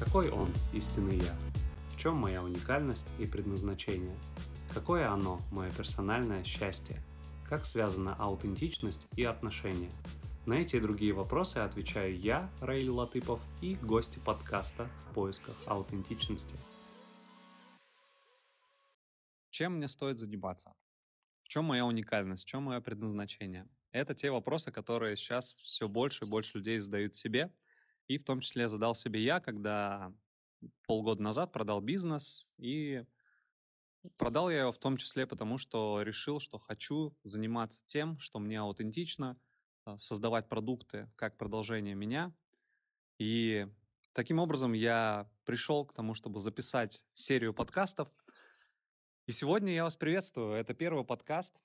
Какой он, истинный я? В чем моя уникальность и предназначение? Какое оно, мое персональное счастье? Как связана аутентичность и отношения? На эти и другие вопросы отвечаю я, Раиль Латыпов, и гости подкаста «В поисках аутентичности». Чем мне стоит заниматься? В чем моя уникальность? В чем мое предназначение? Это те вопросы, которые сейчас все больше и больше людей задают себе. И в том числе задал себе я, когда полгода назад продал бизнес. И продал я его в том числе потому, что решил, что хочу заниматься тем, что мне аутентично, создавать продукты как продолжение меня. И таким образом я пришел к тому, чтобы записать серию подкастов. И сегодня я вас приветствую. Это первый подкаст.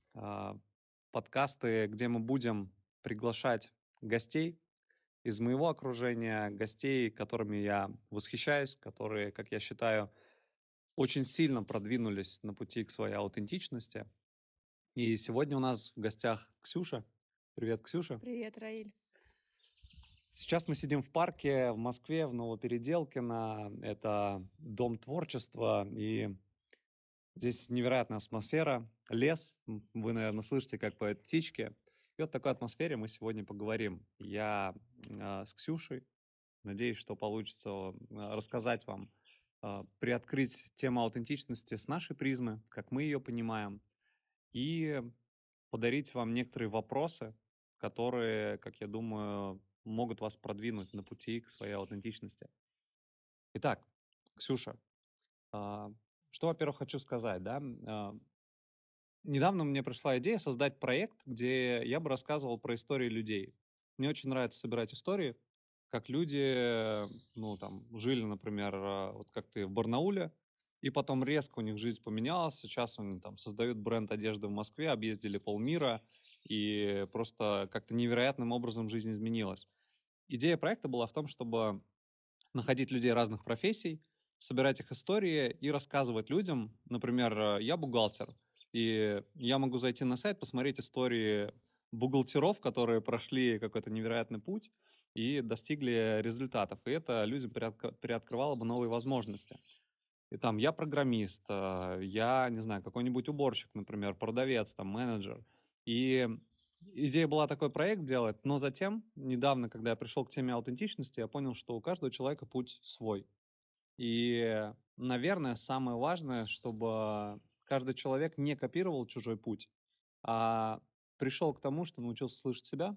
Подкасты, где мы будем приглашать гостей из моего окружения, гостей, которыми я восхищаюсь, которые, как я считаю, очень сильно продвинулись на пути к своей аутентичности. И сегодня у нас в гостях Ксюша. Привет, Ксюша. Привет, Раиль. Сейчас мы сидим в парке в Москве, в Новопеределкино. Это дом творчества, и здесь невероятная атмосфера. Лес, вы, наверное, слышите, как поют птички. И вот в такой атмосфере мы сегодня поговорим. Я с Ксюшей. Надеюсь, что получится рассказать вам, приоткрыть тему аутентичности с нашей призмы, как мы ее понимаем, и подарить вам некоторые вопросы, которые, как я думаю, могут вас продвинуть на пути к своей аутентичности. Итак, Ксюша, что, во-первых, хочу сказать, да? Недавно мне пришла идея создать проект, где я бы рассказывал про истории людей. Мне очень нравится собирать истории, как люди, жили, например, вот как ты в Барнауле, и потом резко у них жизнь поменялась. Сейчас они там создают бренд одежды в Москве, объездили полмира, и просто как-то невероятным образом жизнь изменилась. Идея проекта была в том, чтобы находить людей разных профессий, собирать их истории и рассказывать людям. Например, я бухгалтер, и я могу зайти на сайт, посмотреть истории бухгалтеров, которые прошли какой-то невероятный путь и достигли результатов. И это людям приоткрывало бы новые возможности. И там я программист, я, не знаю, какой-нибудь уборщик, например, продавец, там, менеджер. И идея была такой проект делать, но затем, недавно, когда я пришел к теме аутентичности, я понял, что у каждого человека путь свой. И, наверное, самое важное, чтобы каждый человек не копировал чужой путь, а пришел к тому, что научился слышать себя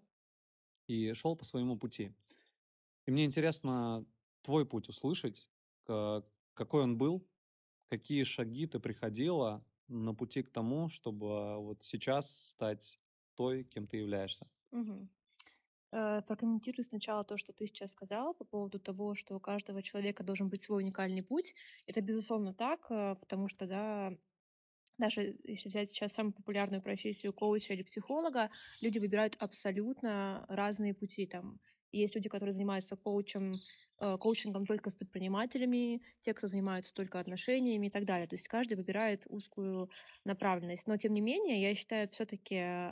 и шел по своему пути. И мне интересно твой путь услышать, какой он был, какие шаги ты приходила на пути к тому, чтобы вот сейчас стать той, кем ты являешься? Мгм. Прокомментирую сначала то, что ты сейчас сказал по поводу того, что у каждого человека должен быть свой уникальный путь. Это, безусловно, так, потому что, да, даже если взять сейчас самую популярную профессию коуча или психолога, люди выбирают абсолютно разные пути. Там есть люди, которые занимаются коучингом только с предпринимателями, те, кто занимаются только отношениями и так далее. То есть каждый выбирает узкую направленность. Но тем не менее, я считаю, все-таки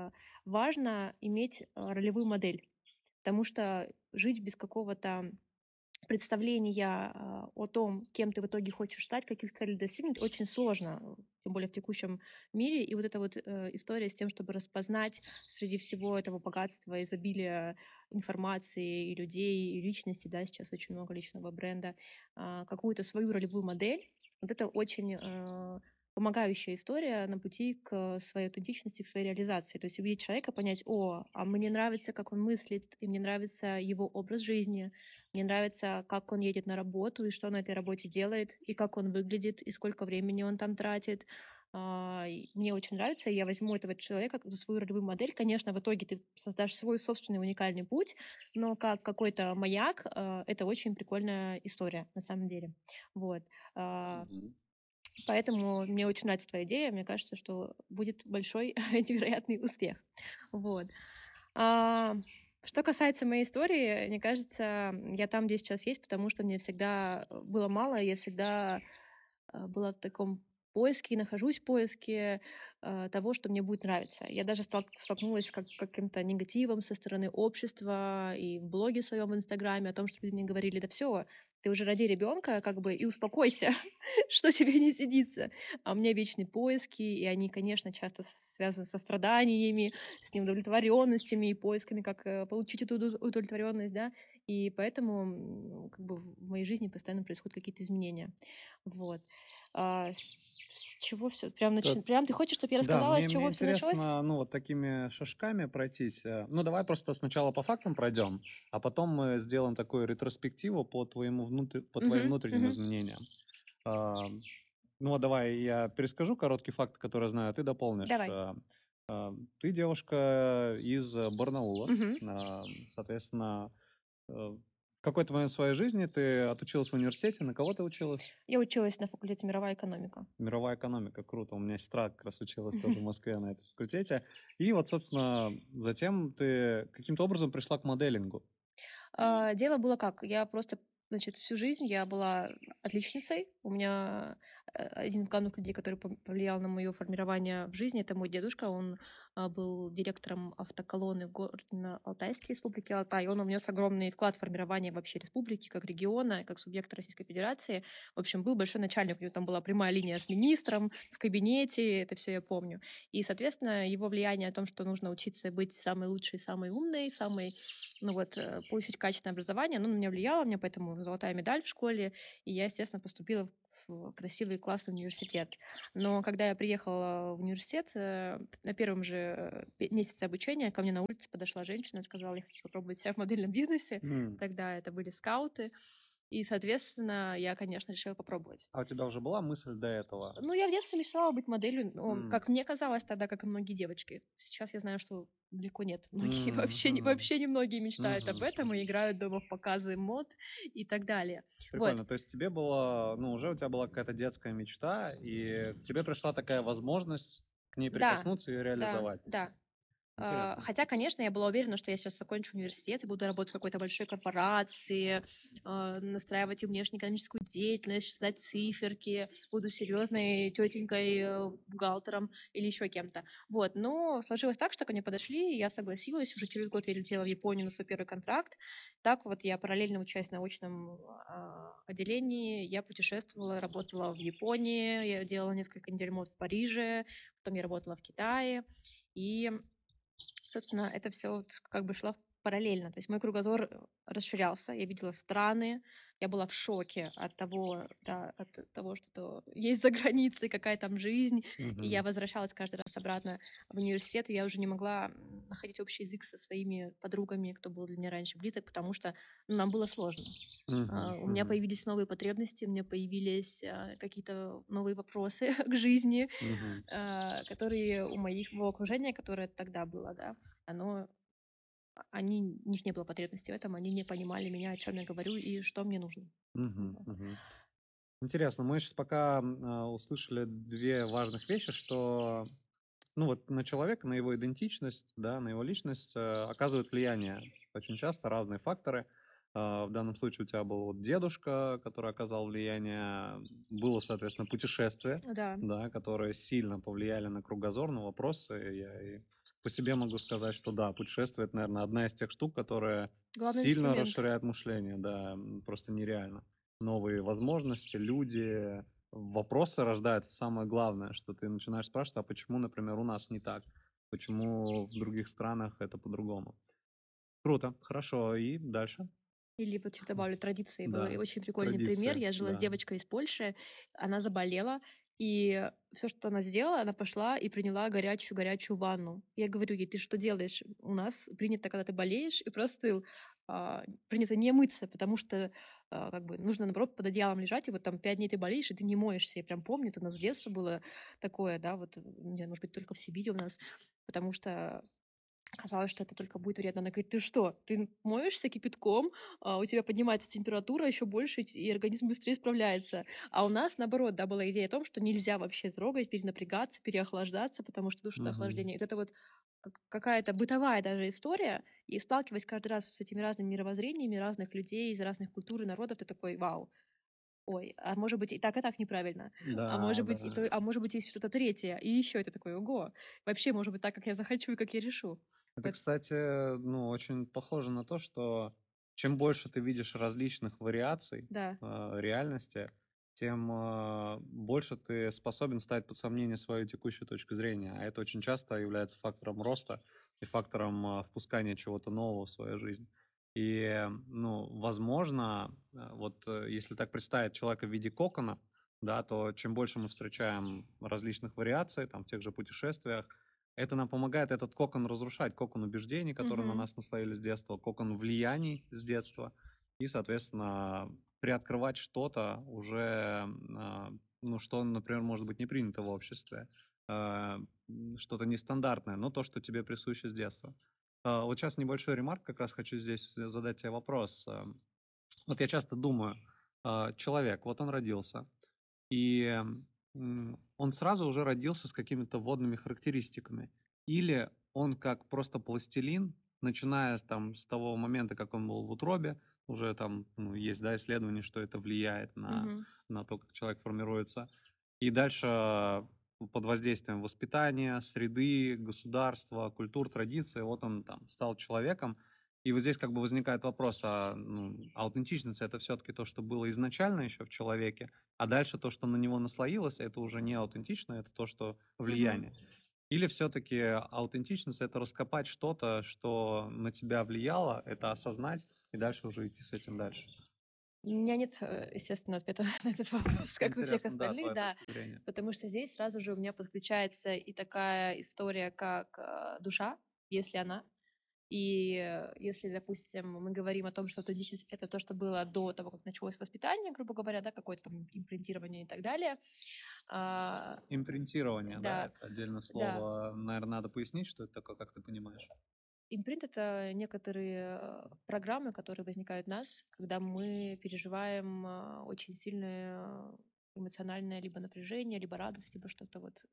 важно иметь ролевую модель, потому что жить без какого-то представления о том, кем ты в итоге хочешь стать, каких целей достигнуть, очень сложно, тем более в текущем мире. И вот эта вот история с тем, чтобы распознать среди всего этого богатства, изобилия информации и людей, и личности, да, сейчас очень много личного бренда, какую-то свою ролевую модель, вот это очень помогающая история на пути к своей аутентичности, к своей реализации. То есть увидеть человека, понять, а мне нравится, как он мыслит, и мне нравится его образ жизни, мне нравится, как он едет на работу, и что он на этой работе делает, и как он выглядит, и сколько времени он там тратит. И мне очень нравится, и я возьму этого человека за свою ролевую модель. Конечно, в итоге ты создашь свой собственный уникальный путь, но как какой-то маяк это очень прикольная история на самом деле. Вот. А, Мгм. Поэтому мне очень нравится твоя идея. Мне кажется, что будет большой невероятный успех. Вот. А, Что касается моей истории, мне кажется, я там, где сейчас есть, потому что мне всегда было мало, и я всегда была в таком поиске, нахожусь в поиске того, что мне будет нравиться. Я даже столкнулась с каким-то негативом со стороны общества и в блоге своем в Инстаграме о том, что люди мне говорили: да все, ты уже роди ребенка, как бы, и успокойся, что тебе не сидится. А у меня вечные поиски, и они, конечно, часто связаны со страданиями, с неудовлетворенностями и поисками, как получить эту удовлетворенность, да. И поэтому как бы в моей жизни постоянно происходят какие-то изменения. Вот. С чего все? Прям ты хочешь, чтобы я Да, рассказала, с мне чего все началось? интересно, ну, вот такими шажками пройтись. Ну, давай просто сначала по фактам пройдем, а потом мы сделаем такую ретроспективу по твоим Мгм, внутренним мгм. изменениям. А, Ну, вот давай я перескажу короткий факт, который знаю, а ты дополнишь. Давай. Ты девушка из Барнаула. Мгм. Соответственно, в какой-то момент своей жизни ты отучилась в университете. На кого ты училась? Я училась на факультете мировая экономика. Мировая экономика, круто. У меня сестра как раз училась тоже в Москве на этом факультете. И вот, собственно, затем ты каким-то образом пришла к моделингу. Дело было как? Я просто, значит, всю жизнь я была отличницей. У меня один из главных людей, который повлиял на мое формирование в жизни, это мой дедушка. Он был директором автоколонны в Алтайской республике Алтай. Он внес огромный вклад в формирование вообще республики, как региона, как субъекта Российской Федерации. В общем, был большой начальник. У него там была прямая линия с министром в кабинете, это все я помню. И, соответственно, его влияние о том, что нужно учиться быть самой лучшей, самой умной, самой, ну вот, получить качественное образование, оно на меня влияло, у меня поэтому золотая медаль в школе, и я, естественно, поступила в красивый классный университет. Но когда я приехала в университет, на первом же месяце обучения ко мне на улице подошла женщина и сказала: я хочу попробовать себя в модельном бизнесе. М. Тогда это были скауты. И, соответственно, я, конечно, решила попробовать. А у тебя уже была мысль до этого? Ну, я в детстве мечтала быть моделью, ну, М. как мне казалось тогда, как и многие девочки. Сейчас я знаю, что далеко нет. Многие М, мгм. вообще немногие мечтают об Мгм, этом и мгм. играют дома в показы мод и так далее. Вот. Прикольно. То есть тебе было, ну, уже у тебя была какая-то детская мечта, и тебе пришла такая возможность к ней Да, прикоснуться и ее да, реализовать. да. Интересно. Хотя, конечно, я была уверена, что я сейчас закончу университет и буду работать в какой-то большой корпорации, настраивать и внешнеэкономическую деятельность, считать циферки, буду серьезной тетенькой, бухгалтером или еще кем-то. Вот. Но сложилось так, что ко мне подошли, и я согласилась. Уже через год я летела в Японию на свой первый контракт. Так вот я параллельно учась на очном отделении, я путешествовала, работала в Японии, я делала несколько недель мод в Париже, потом я работала в Китае. И собственно, это все вот как бы шло параллельно. То есть мой кругозор расширялся, я видела страны, я была в шоке от того, да, от того, что есть за границей, какая там жизнь. И я Мгм. возвращалась каждый раз обратно в университет, и я уже не могла находить общий язык со своими подругами, кто был для меня раньше близок, потому что ну, нам было сложно. Мгм. У меня Мгм. появились новые потребности, у меня появились какие-то новые вопросы к жизни, Мгм. которые у моего окружения, которое тогда было, да, оно, у них не было потребности в этом, они не понимали меня, о чем я говорю и что мне нужно. Мгм. Вот. Мгм. Интересно, мы сейчас пока услышали две важных вещи, что ну вот на человека, на его идентичность, да, на его личность оказывают влияние очень часто разные факторы. В данном случае у тебя был вот дедушка, который оказал влияние, было, соответственно, путешествие, Да, да, которые сильно повлияли на кругозор, на вопросы. Я и по себе могу сказать, что да, путешествие это, наверное, одна из тех штук, которая главный сильно инструмент. расширяет мышление, да, просто нереально. Новые возможности, люди, вопросы рождаются. Самое главное, что ты начинаешь спрашивать, а почему, например, у нас не так? Почему в других странах это по-другому? Круто, хорошо. И дальше? Или вот сейчас добавлю традиции. Был Да, очень прикольный пример. традиция, Я жила с да. девочкой из Польши, она заболела, и все, что она сделала, она пошла и приняла горячую-горячую ванну. Я говорю ей: ты что делаешь? У нас принято, когда ты болеешь и простыл, принято не мыться, потому что как бы нужно, наоборот, под одеялом лежать, и вот там 5 дней ты болеешь, и ты не моешься. Я прям помню, это у нас с детства было такое, да, вот, не знаю, может быть, только в Сибири у нас, потому что казалось, что это только будет вредно. Она говорит: ты что, ты моешься кипятком, у тебя поднимается температура еще больше, и организм быстрее справляется. А у нас, наоборот, да, была идея о том, что нельзя вообще трогать, перенапрягаться, переохлаждаться, потому что душит Мгм. охлаждение. Вот это вот какая-то бытовая даже история, и сталкиваясь каждый раз с этими разными мировоззрениями разных людей из разных культур и народов, ты такой: вау, ой, а может быть и так неправильно, а Да, может быть и да. то, а может быть есть что-то третье, и еще это такое, ого, вообще может быть так, как я захочу и как я решу. Это, Поэт- кстати, ну, очень похоже на то, что чем больше ты видишь различных вариаций Да. реальности, тем больше ты способен ставить под сомнение свою текущую точку зрения. А это очень часто является фактором роста и фактором впускания чего-то нового в свою жизнь. И, ну, возможно, если так представить человека в виде кокона, да, то чем больше мы встречаем различных вариаций, там, в тех же путешествиях, это нам помогает этот кокон разрушать, кокон убеждений, которые на Мгм. нас наслоили с детства, кокон влияний с детства, и, соответственно, приоткрывать что-то уже, ну, что, например, может быть не принято в обществе, что-то нестандартное, но то, что тебе присуще с детства. Вот сейчас небольшой ремарк, как раз хочу здесь задать тебе вопрос. Вот я часто думаю, человек, вот он родился, и он сразу уже родился с какими-то водными характеристиками. Или он как просто пластилин, начиная там с того момента, как он был в утробе, уже там ну, есть да, исследования, что это влияет Мгм. на то, как человек формируется. И дальше под воздействием воспитания, среды, государства, культур, традиций, вот он там стал человеком. И вот здесь как бы возникает вопрос, аутентичность это все-таки то, что было изначально еще в человеке, а дальше то, что на него наслоилось, это уже не аутентично, это то, что Мгм. влияние. Или все-таки аутентичность это раскопать что-то, что на тебя влияло, это осознать и дальше уже идти с этим дальше. У меня нет, естественно, ответа на этот вопрос, как у всех Интересно, да, остальных, твоя да, точка зрения. потому что здесь сразу же у меня подключается и такая история, как душа, если она. И если, допустим, мы говорим о том, что аутентичность — это то, что было до того, как началось воспитание, грубо говоря, да, какое-то там импринтирование и так далее. А, Импринтирование, да, да, это отдельное да. слово. Наверное, надо пояснить, что это такое, как ты понимаешь. Импринт — это некоторые программы, которые возникают в нас, когда мы переживаем очень сильное эмоциональное либо напряжение, либо радость, либо что-то вот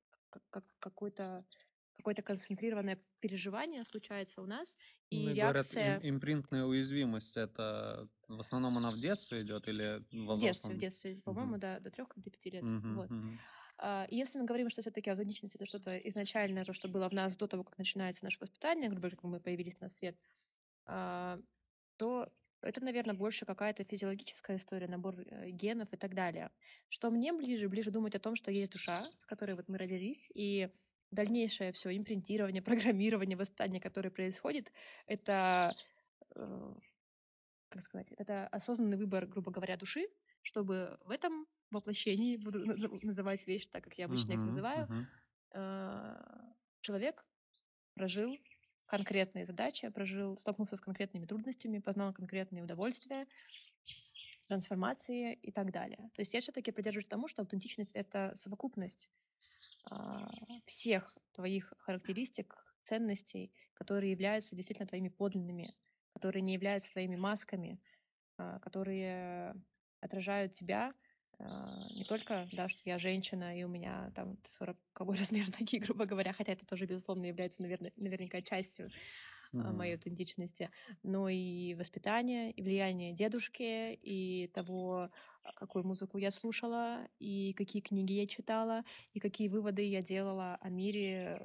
какое-то концентрированное переживание случается у нас, Ну и и говорят, реакция импринтная уязвимость, это в основном она в детстве идет или во в взрослом? детстве, по-моему, Мгм. до 3 до 5 лет. Мгм, Вот. мгм. И если мы говорим, что все-таки аутентичность — это что-то изначальное, то, что было в нас до того, как начинается наше воспитание, грубо говоря, как мы появились на свет, а, то это, наверное, больше какая-то физиологическая история, набор генов и так далее. Что мне ближе? Ближе думать о том, что есть душа, с которой вот мы родились, и дальнейшее все импринтирование, программирование, воспитание, которое происходит, это, э, как сказать, это осознанный выбор, грубо говоря, души, чтобы в этом воплощении, буду называть вещи так, как я обычно их Мгм, называю, мгм. э, человек прожил конкретные задачи, столкнулся с конкретными трудностями, познал конкретные удовольствия, трансформации и так далее. То есть я все-таки придерживаюсь тому, что аутентичность — это совокупность а, всех твоих характеристик, ценностей, которые являются действительно твоими подлинными, которые не являются твоими масками, которые отражают тебя, не только, да, что я женщина, и у меня там 40-ковой размер ноги, грубо говоря, хотя это тоже, безусловно, является, наверняка частью моей Мгм. аутентичности, но и воспитание, и влияние дедушки, и того, какую музыку я слушала, и какие книги я читала, и какие выводы я делала о мире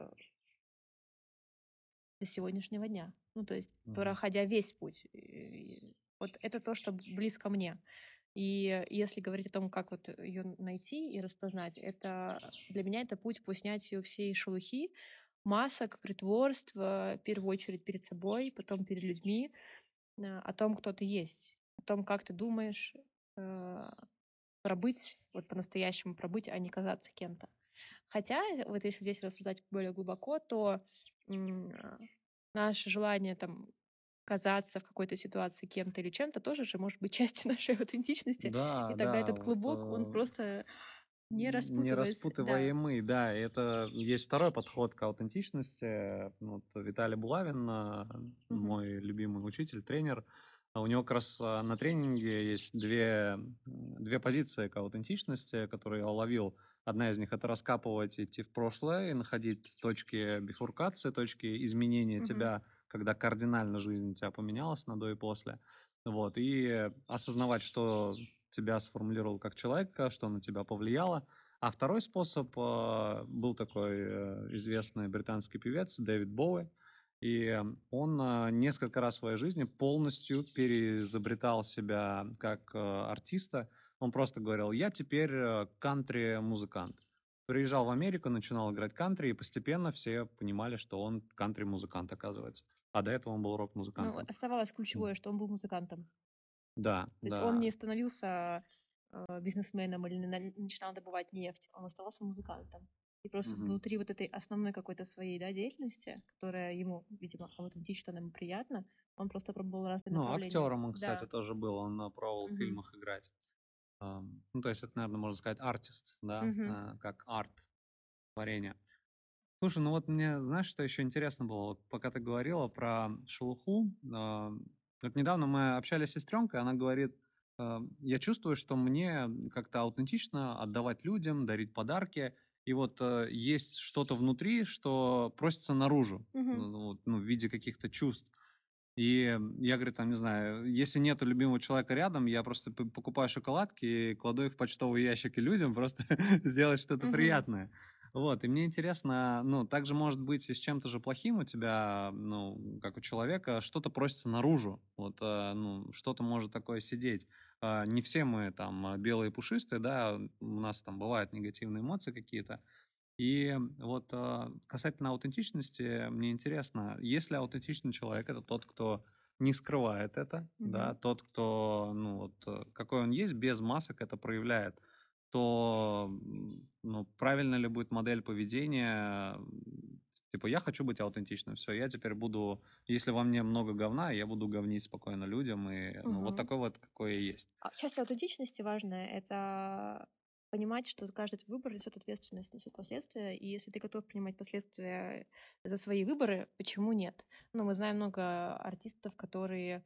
до сегодняшнего дня. Ну, то есть, Мгм. проходя весь путь. И вот это то, что близко мне. И если говорить о том, как вот ее найти и распознать, это для меня это путь по снятию всей шелухи, масок, притворства, в первую очередь перед собой, потом перед людьми, о том, кто ты есть, о том, как ты думаешь, э, пробыть, вот по-настоящему пробыть, а не казаться кем-то. Хотя, вот если здесь рассуждать более глубоко, то м, а, наше желание там казаться в какой-то ситуации кем-то или чем-то тоже же может быть частью нашей аутентичности. И Да, тогда да, этот вот клубок, он просто не не распутываясь, да. распутываемы, да, это есть второй подход к аутентичности. Вот Виталий Булавин, Мгм. мой любимый учитель, тренер, у него как раз на тренинге есть две позиции к аутентичности, которые я уловил. Одна из них — это раскапывать, идти в прошлое и находить точки бифуркации, точки изменения Мгм. тебя, когда кардинально жизнь у тебя поменялась на до и после. Вот, и осознавать, что тебя сформулировал как человека, что на тебя повлияло. А второй способ был такой известный британский певец Дэвид Боуи, и он несколько раз в своей жизни полностью переизобретал себя как артиста. Он просто говорил: я теперь кантри-музыкант. Приезжал в Америку, начинал играть кантри, и постепенно все понимали, что он кантри-музыкант, оказывается. А до этого он был Но рок-музыкантом. оставалось М. ключевое, что он был музыкантом. Да, То есть он да. не становился бизнесменом или начинал добывать нефть, он оставался музыкантом. И просто Мгм. внутри вот этой основной какой-то своей, да, деятельности, которая ему, видимо, аутентично, нам приятно, он просто пробовал разные Ну, направления. актером он, кстати, Да. тоже был. Он пробовал в Мгм. фильмах играть. Ну, то есть это, наверное, можно сказать артист, да, Мгм. как арт творения. Слушай, ну вот мне, знаешь, что еще интересно было? Вот пока ты говорила про шелуху, вот недавно мы общались с сестренкой, она говорит, я чувствую, что мне как-то аутентично отдавать людям, дарить подарки, и вот есть что-то внутри, что просится наружу, Мгм. ну, в виде каких-то чувств. И я говорю, там, не знаю, если нету любимого человека рядом, я просто покупаю шоколадки и кладу их в почтовые ящики людям, просто сделать что-то Мгм. приятное. Вот, и мне интересно, ну, также может быть и с чем-то же плохим у тебя, ну, как у человека, что-то просится наружу, вот, ну, что-то может такое сидеть. Не все мы там белые и пушистые, да, у нас там бывают негативные эмоции какие-то, и вот касательно аутентичности, мне интересно, если аутентичный человек, это тот, кто не скрывает это, Мгм. да, тот, кто, ну вот, какой он есть, без масок это проявляет, то, ну, правильно ли будет модель поведения, типа, я хочу быть аутентичным, все, я теперь буду, если во мне много говна, я буду говнить спокойно людям, и, ну, вот Мгм. такой вот, какой я есть. Часть аутентичности важная — это понимать, что каждый твой выбор несет ответственность, несет последствия, и если ты готов принимать последствия за свои выборы, почему нет? Ну, мы знаем много артистов, которые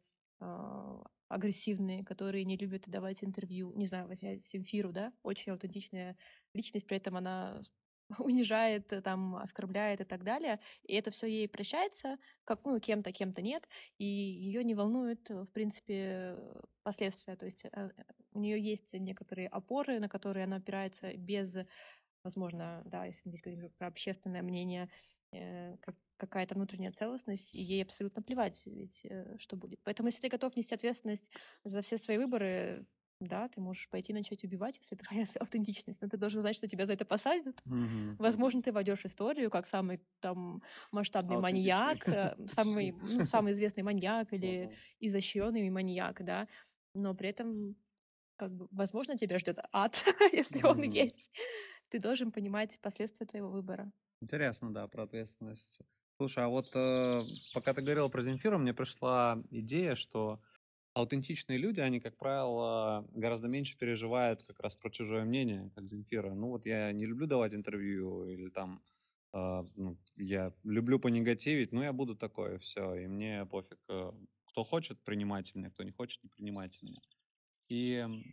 агрессивные, которые не любят давать интервью. Не знаю, возьмя Земфиру, да, очень аутентичная личность, при этом она унижает, там, оскорбляет и так далее. И это все ей прощается, как, ну, кем-то, кем-то нет, и ее не волнует, в принципе, последствия. То есть у нее есть некоторые опоры, на которые она опирается без, возможно, да, если мы здесь говорим про общественное мнение, какая-то внутренняя целостность, и ей абсолютно плевать, ведь что будет. Поэтому, если ты готов нести ответственность за все свои выборы, да, ты можешь пойти начать убивать, если это твоя аутентичность, но ты должен знать, что тебя за это посадят. Мгм, Возможно, ты войдешь в историю как самый там масштабный аутентичный. маньяк, самый, ну, самый известный маньяк или Ага. изощренный маньяк, да, но при этом, как бы, возможно, тебя ждет ад, если он Мгм. есть. Ты должен понимать последствия твоего выбора. Интересно, да, про ответственность. Слушай, а вот пока ты говорила про Земфиру, мне пришла идея, что аутентичные люди, они, как правило, гораздо меньше переживают как раз про чужое мнение, как Земфира. Ну вот я не люблю давать интервью или там, ну, я люблю понегативить, ну я буду такой, все, и мне пофиг. Кто хочет, принимайте меня, кто не хочет, не принимайте меня. И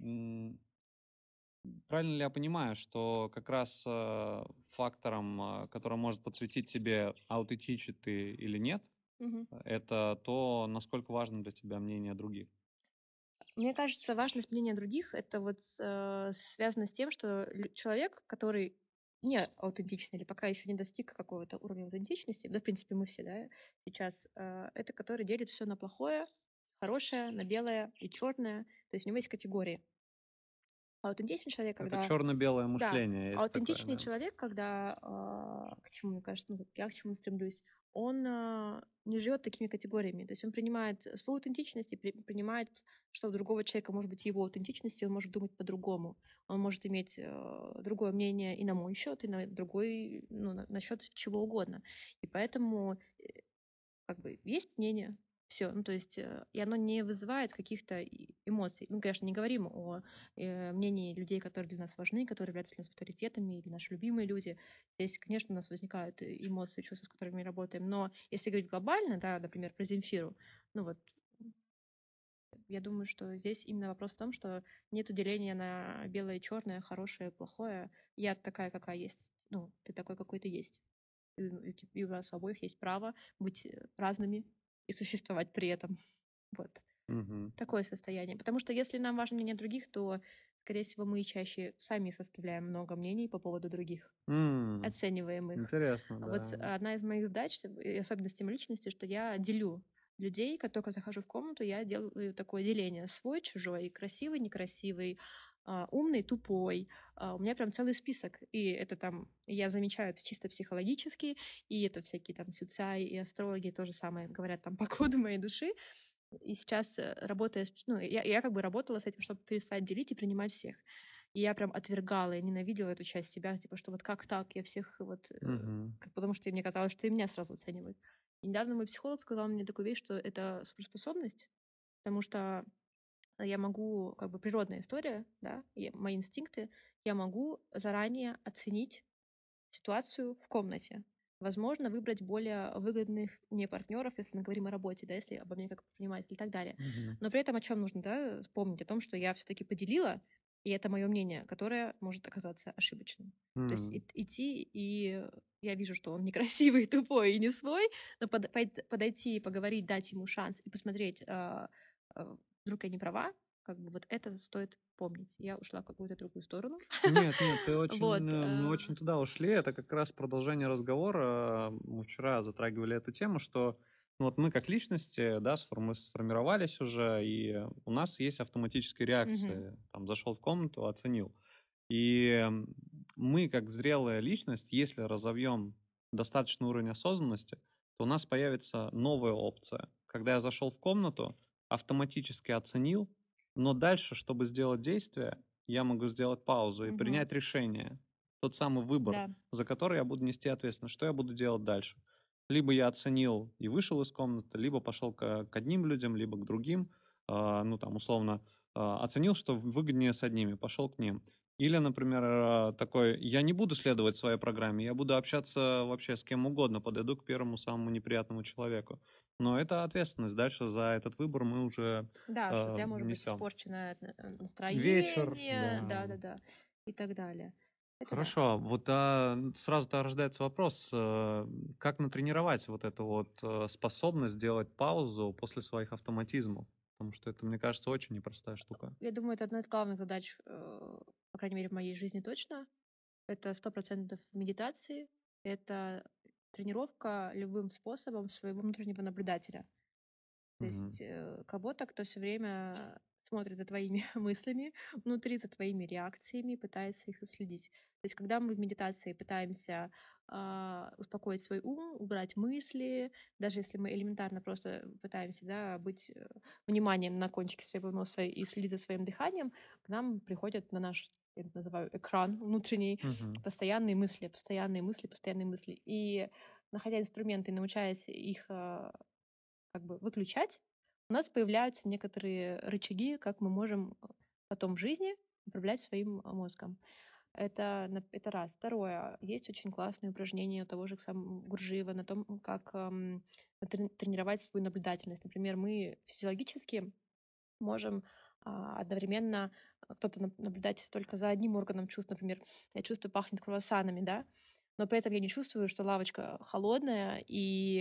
правильно ли я понимаю, что как раз фактором, который может подсветить тебе, аутентичен ты или нет, Мгм. это то, насколько важно для тебя мнение других? Мне кажется, важность мнения других — это вот связано с тем, что человек, который не аутентичный или пока еще не достиг какого-то уровня аутентичности, да, в принципе, мы все, да, сейчас, это который делит все на плохое, хорошее, на белое и черное. То есть у него есть категории. Аутентичный человек, Это когда черно-белое да, мышление есть такое, аутентичный да. человек, когда, к чему, мне кажется, ну, вот я к чему стремлюсь, он не живет такими категориями. То есть он принимает свою аутентичность и принимает, что у другого человека может быть его аутентичность, и он может думать по-другому. Он может иметь другое мнение и на мой счет, и на другой, ну, на счет чего угодно. И поэтому как бы есть мнение, все, ну, то есть, и оно не вызывает каких-то эмоций. Мы, конечно, не говорим о мнении людей, которые для нас важны, которые являются для нас авторитетами или наши любимые люди. Здесь, конечно, у нас возникают эмоции, чувства, с которыми мы работаем. Но если говорить глобально, да, например, про Земфиру, ну вот, я думаю, что здесь именно вопрос в том, что нет деления на белое и черное, хорошее, плохое. Я такая, какая есть. Ну, ты такой, какой ты есть. И у нас у обоих есть право быть разными и существовать при этом. Вот. Мгм. Такое состояние. Потому что если нам важно мнение других, то, скорее всего, мы и чаще сами составляем много мнений по поводу других, М, оцениваем их. Интересно, Вот да. одна из моих задач и особенностей моей личности, что я делю людей, как только захожу в комнату, я делаю такое деление: свой, чужой, красивый, некрасивый, умный, тупой. У меня прям целый список. И это там я замечаю чисто психологически, и это всякие там социаи и астрологи то же самое говорят там по коду моей души. И сейчас, работая ну, я как бы работала с этим, чтобы перестать делить и принимать всех. И я прям отвергала, я ненавидела эту часть себя, типа, что вот как так, я всех вот, Мгм. потому что мне казалось, что и меня сразу оценивают. И недавно мой психолог сказал мне такую вещь, что это суперспособность, потому что я могу, как бы природная история, да, мои инстинкты, я могу заранее оценить ситуацию в комнате. Возможно, выбрать более выгодных мне партнеров, если мы говорим о работе, да, если обо мне как предприниматель и так далее. Мгм. Но при этом о чем нужно, да, помнить о том, что я все-таки поделила, и это мое мнение, которое может оказаться ошибочным. То есть М. идти, и я вижу, что он некрасивый, тупой и не свой, но подойти, поговорить, дать ему шанс и посмотреть, вдруг я не права, как бы вот это стоит помнить. Я ушла в какую-то другую сторону. Нет, нет, ты Вот. мы очень туда ушли. Это как раз продолжение разговора. Мы вчера затрагивали эту тему, что ну, вот мы как личности, да, сформировались уже, и у нас есть автоматические Мгм. реакции. Там зашел в комнату, оценил. И мы, как зрелая личность, если разовьем достаточный уровень осознанности, то у нас появится новая опция. Когда я зашел в комнату, автоматически оценил, но дальше, чтобы сделать действие, я могу сделать паузу и Мгм. принять решение. Тот самый выбор, Да. за который я буду нести ответственность. Что я буду делать дальше? Либо я оценил и вышел из комнаты, либо пошел к одним людям, либо к другим. Ну, там, условно, оценил, что выгоднее с одними, пошел к ним. Или, например, такой: я не буду следовать своей программе, я буду общаться вообще с кем угодно, подойду к первому самому неприятному человеку. Но это ответственность. Дальше за этот выбор мы уже Да, что у тебя может быть несем. испорченное Вечер, настроение, да. да-да-да, и так далее. Это да. Хорошо, вот сразу-то рождается вопрос, как натренировать вот эту вот способность делать паузу после своих автоматизмов? Потому что это, мне кажется, очень непростая штука. Я думаю, это одна из главных задач, по крайней мере, в моей жизни точно. Это 100% медитации, это тренировка любым способом своего внутреннего наблюдателя. То Мгм. есть, кого-то, кто все время смотрит за твоими мыслями внутри, за твоими реакциями, пытается их отследить. То есть, когда мы в медитации пытаемся, успокоить свой ум, убрать мысли, даже если мы элементарно просто пытаемся, да, быть, вниманием на кончике своего носа и следить за своим дыханием, к нам приходят на наш, я это называю, экран внутренний Мгм. постоянные мысли, постоянные мысли, постоянные мысли. И находя инструменты и научаясь их, как бы выключать, у нас появляются некоторые рычаги, как мы можем потом в жизни управлять своим мозгом. Это раз. Второе. Есть очень классные упражнения у того же Гуржиева на том, как тренировать свою наблюдательность. Например, мы физиологически можем одновременно кто-то наблюдать только за одним органом чувств. Например, я чувствую, пахнет круассанами, да, но при этом я не чувствую, что лавочка холодная, и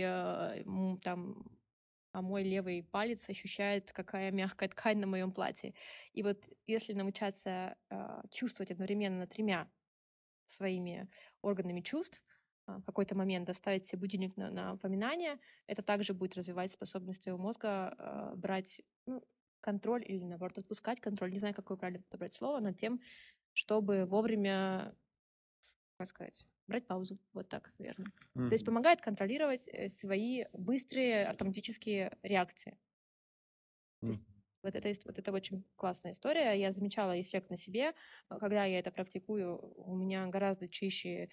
там мой левый палец ощущает, какая мягкая ткань на моем платье. И вот если научаться чувствовать одновременно тремя своими органами чувств, в какой-то момент доставить себе будильник на напоминание, это также будет развивать способность твоего мозга брать, ну, контроль или, наоборот, отпускать контроль, не знаю, какое правильно подобрать слово, над тем, чтобы вовремя, как сказать, брать паузу. Вот так, наверное. То есть Мгм. помогает контролировать свои быстрые автоматические реакции. То М. есть вот это очень классная история. Я замечала эффект на себе. Когда я это практикую, у меня гораздо чище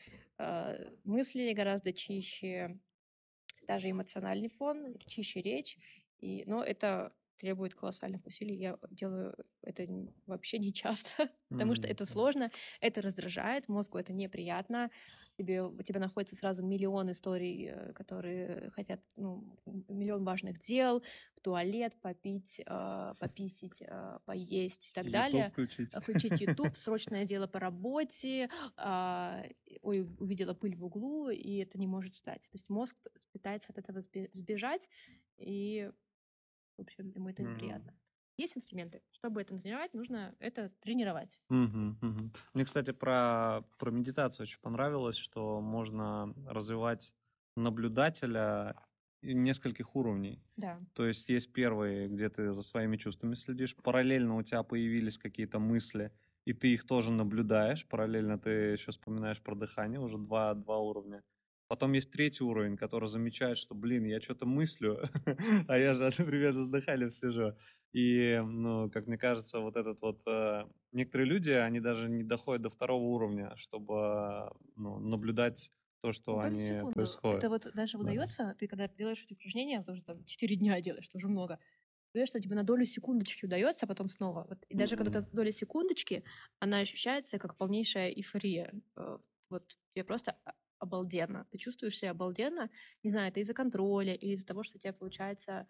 мысли, гораздо чище даже эмоциональный фон, чище речь. Но это требует колоссальных усилий. Я делаю это вообще не часто, потому что Мгм. это сложно, это раздражает, мозгу это неприятно. У тебя находится сразу миллион историй, которые хотят, ну, миллион важных дел, в туалет, попить, пописить, поесть и так YouTube далее. включить. Включить YouTube, срочное дело по работе, ой, увидела пыль в углу, и это не может ждать. То есть мозг пытается от этого сбежать, и В общем, ему это Мгм. неприятно. Есть инструменты. Чтобы это тренировать, нужно это тренировать. Мгм, мгм. Мне, кстати, про медитацию очень понравилось, что можно развивать наблюдателя нескольких уровней. Да. То есть первый, где ты за своими чувствами следишь, параллельно у тебя появились какие-то мысли, и ты их тоже наблюдаешь, параллельно ты еще вспоминаешь про дыхание, уже два уровня. Потом есть третий уровень, который замечает, что, блин, я что-то мыслю, а я же, например, за дыханием слежу. И, ну, как мне кажется, вот этот вот некоторые люди, они даже не доходят до второго уровня, чтобы ну, наблюдать то, Ну, что доли они секунды. происходит. Это вот даже Да. удается, ты когда делаешь эти упражнения, тоже там 4 дня делаешь, тоже много. Знаешь, что тебе на долю секундочки удается, а потом снова. Вот, и даже когда Мгм. эта доля секундочки, она ощущается как полнейшая эйфория. Вот тебе просто обалденно. Ты чувствуешь себя обалденно. Не знаю, это из-за контроля или из-за того, что у тебя получается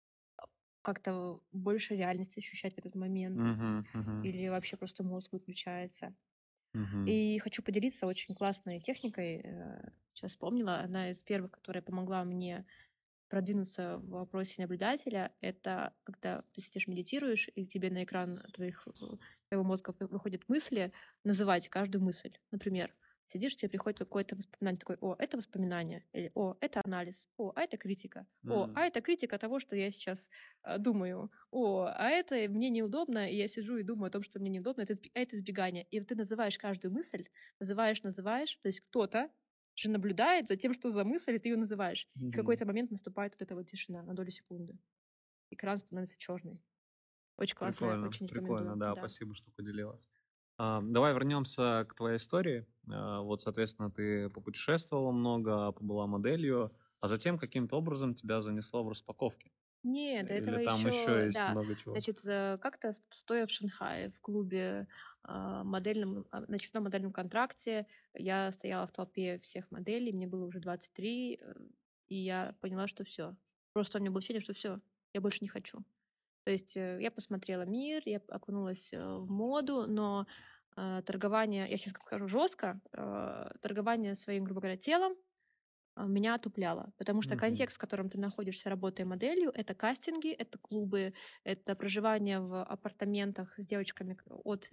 как-то больше реальности ощущать в этот момент. Мгм. Мгм. Или вообще просто мозг выключается. Мгм. И хочу поделиться очень классной техникой. Сейчас вспомнила. Одна из первых, которая помогла мне продвинуться в вопросе наблюдателя, это когда ты сидишь, медитируешь, и тебе на экран твоего мозга выходят мысли, называть каждую мысль. Например, сидишь, тебе приходит какое-то воспоминание, такой, о, это воспоминание, или о, это анализ, о, а это критика, о, а М. это критика того, что я сейчас думаю, о, а это мне неудобно, и я сижу и думаю о том, что мне неудобно, это избегание. И вот ты называешь каждую мысль, называешь, то есть кто-то же наблюдает за тем, что за мысль, и ты ее называешь. И в Мгм. какой-то момент наступает вот эта вот тишина на долю секунды. Экран становится черный. Очень классная, Прикольно, очень прикольно, рекомендую. да, Да. спасибо, что поделилась. Давай вернемся к твоей истории. Вот, соответственно, ты попутешествовала много, побыла моделью, а затем каким-то образом тебя занесло в распаковки. Нет, до этого Или там еще еще, есть да. много чего? Значит, как-то стоя в Шанхае в клубе модельном, на очередном модельном контракте, я стояла в толпе всех моделей, мне было уже 23, и я поняла, что все. Просто у меня было ощущение, что все, я больше не хочу. То есть я посмотрела мир, я окунулась в моду, но торгование, я сейчас скажу жестко, торгование своим, грубо говоря, телом меня отупляло, потому что Мгм. контекст, в котором ты находишься, работая моделью, это кастинги, это клубы, это проживание в апартаментах с девочками от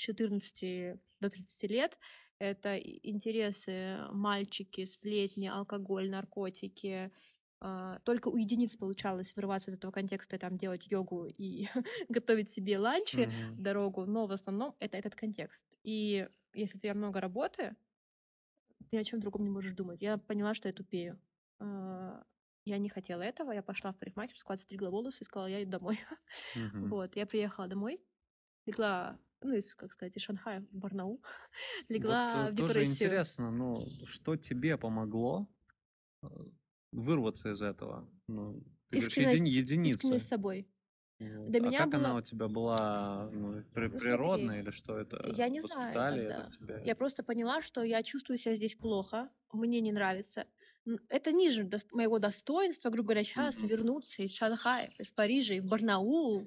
14 до 30 лет, это интересы, мальчики, сплетни, алкоголь, наркотики. Только у единиц получалось вырываться из этого контекста и там делать йогу и готовить себе ланчи в Мгм. дорогу, но в основном это этот контекст. И если ты много работы, ты ни о чем другом не можешь думать. Я поняла, что я тупею. А, я не хотела этого. Я пошла в парикмахерскую, отстригла волосы и сказала: "Я иду домой". Мгм. Вот, я приехала домой, легла, ну, как сказать, из Шанхая в Барнаул, Вот легла в тоже депрессию. интересно, ну, что тебе помогло э, вырваться из этого? Ну, ты говоришь, Искренность с единицы. собой. Вот. Для А меня как она было у тебя была, ну, ну, смотри, природная, или что это? я не знаю Воспитали это в тогда. тебе? Я просто поняла, что я чувствую себя здесь плохо, мне не нравится. Это ниже моего достоинства, грубо говоря, сейчас Мгм. вернуться из Шанхая, из Парижа и в Барнаул.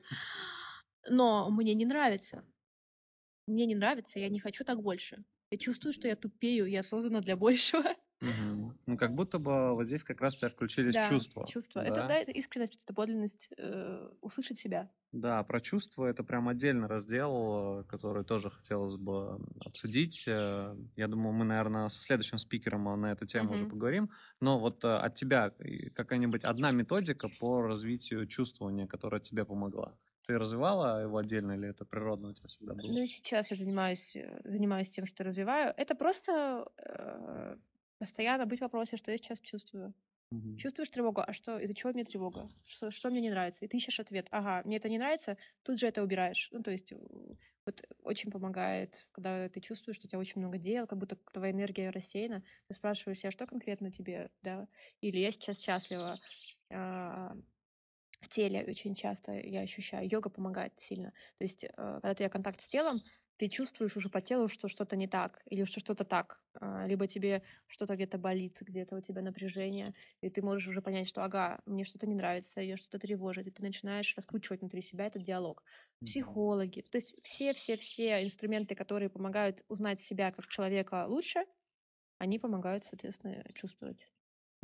Но мне не нравится. Мне не нравится, я не хочу так больше. Я чувствую, что я тупею, я создана для большего. Мгм. Ну, как будто бы вот здесь как раз у тебя включились Да, чувства, чувство. Это, да, да? это искренность, это подлинность, услышать себя. Да, про чувства это прям отдельный раздел, который тоже хотелось бы обсудить. Я думаю, мы, наверное, со следующим спикером на эту тему уже Мгм. поговорим. Но вот от тебя какая-нибудь одна методика по развитию чувствования, которая тебе помогла? Ты развивала его отдельно или это природно у тебя всегда было? Ну и сейчас я занимаюсь тем, что развиваю. Это просто постоянно быть в вопросе, что я сейчас чувствую. Мгм. Чувствуешь тревогу, а что, из-за чего мне тревога? Что мне не нравится? И ты ищешь ответ. Ага, мне это не нравится, тут же это убираешь. Ну, то есть вот очень помогает, когда ты чувствуешь, что у тебя очень много дел, как будто твоя энергия рассеяна. Ты спрашиваешь себя, что конкретно тебе, да? Или я сейчас счастлива. а, в теле очень часто я ощущаю. Йога помогает сильно. То есть, когда ты в контакте с телом, ты чувствуешь уже по телу, что что-то не так, или что что-то так. Либо тебе что-то где-то болит, где-то у тебя напряжение, и ты можешь уже понять, что, ага, мне что-то не нравится, ее что-то тревожит, и ты начинаешь раскручивать внутри себя этот диалог. Мгм. Психологи, то есть все инструменты, которые помогают узнать себя как человека лучше, они помогают, соответственно, чувствовать.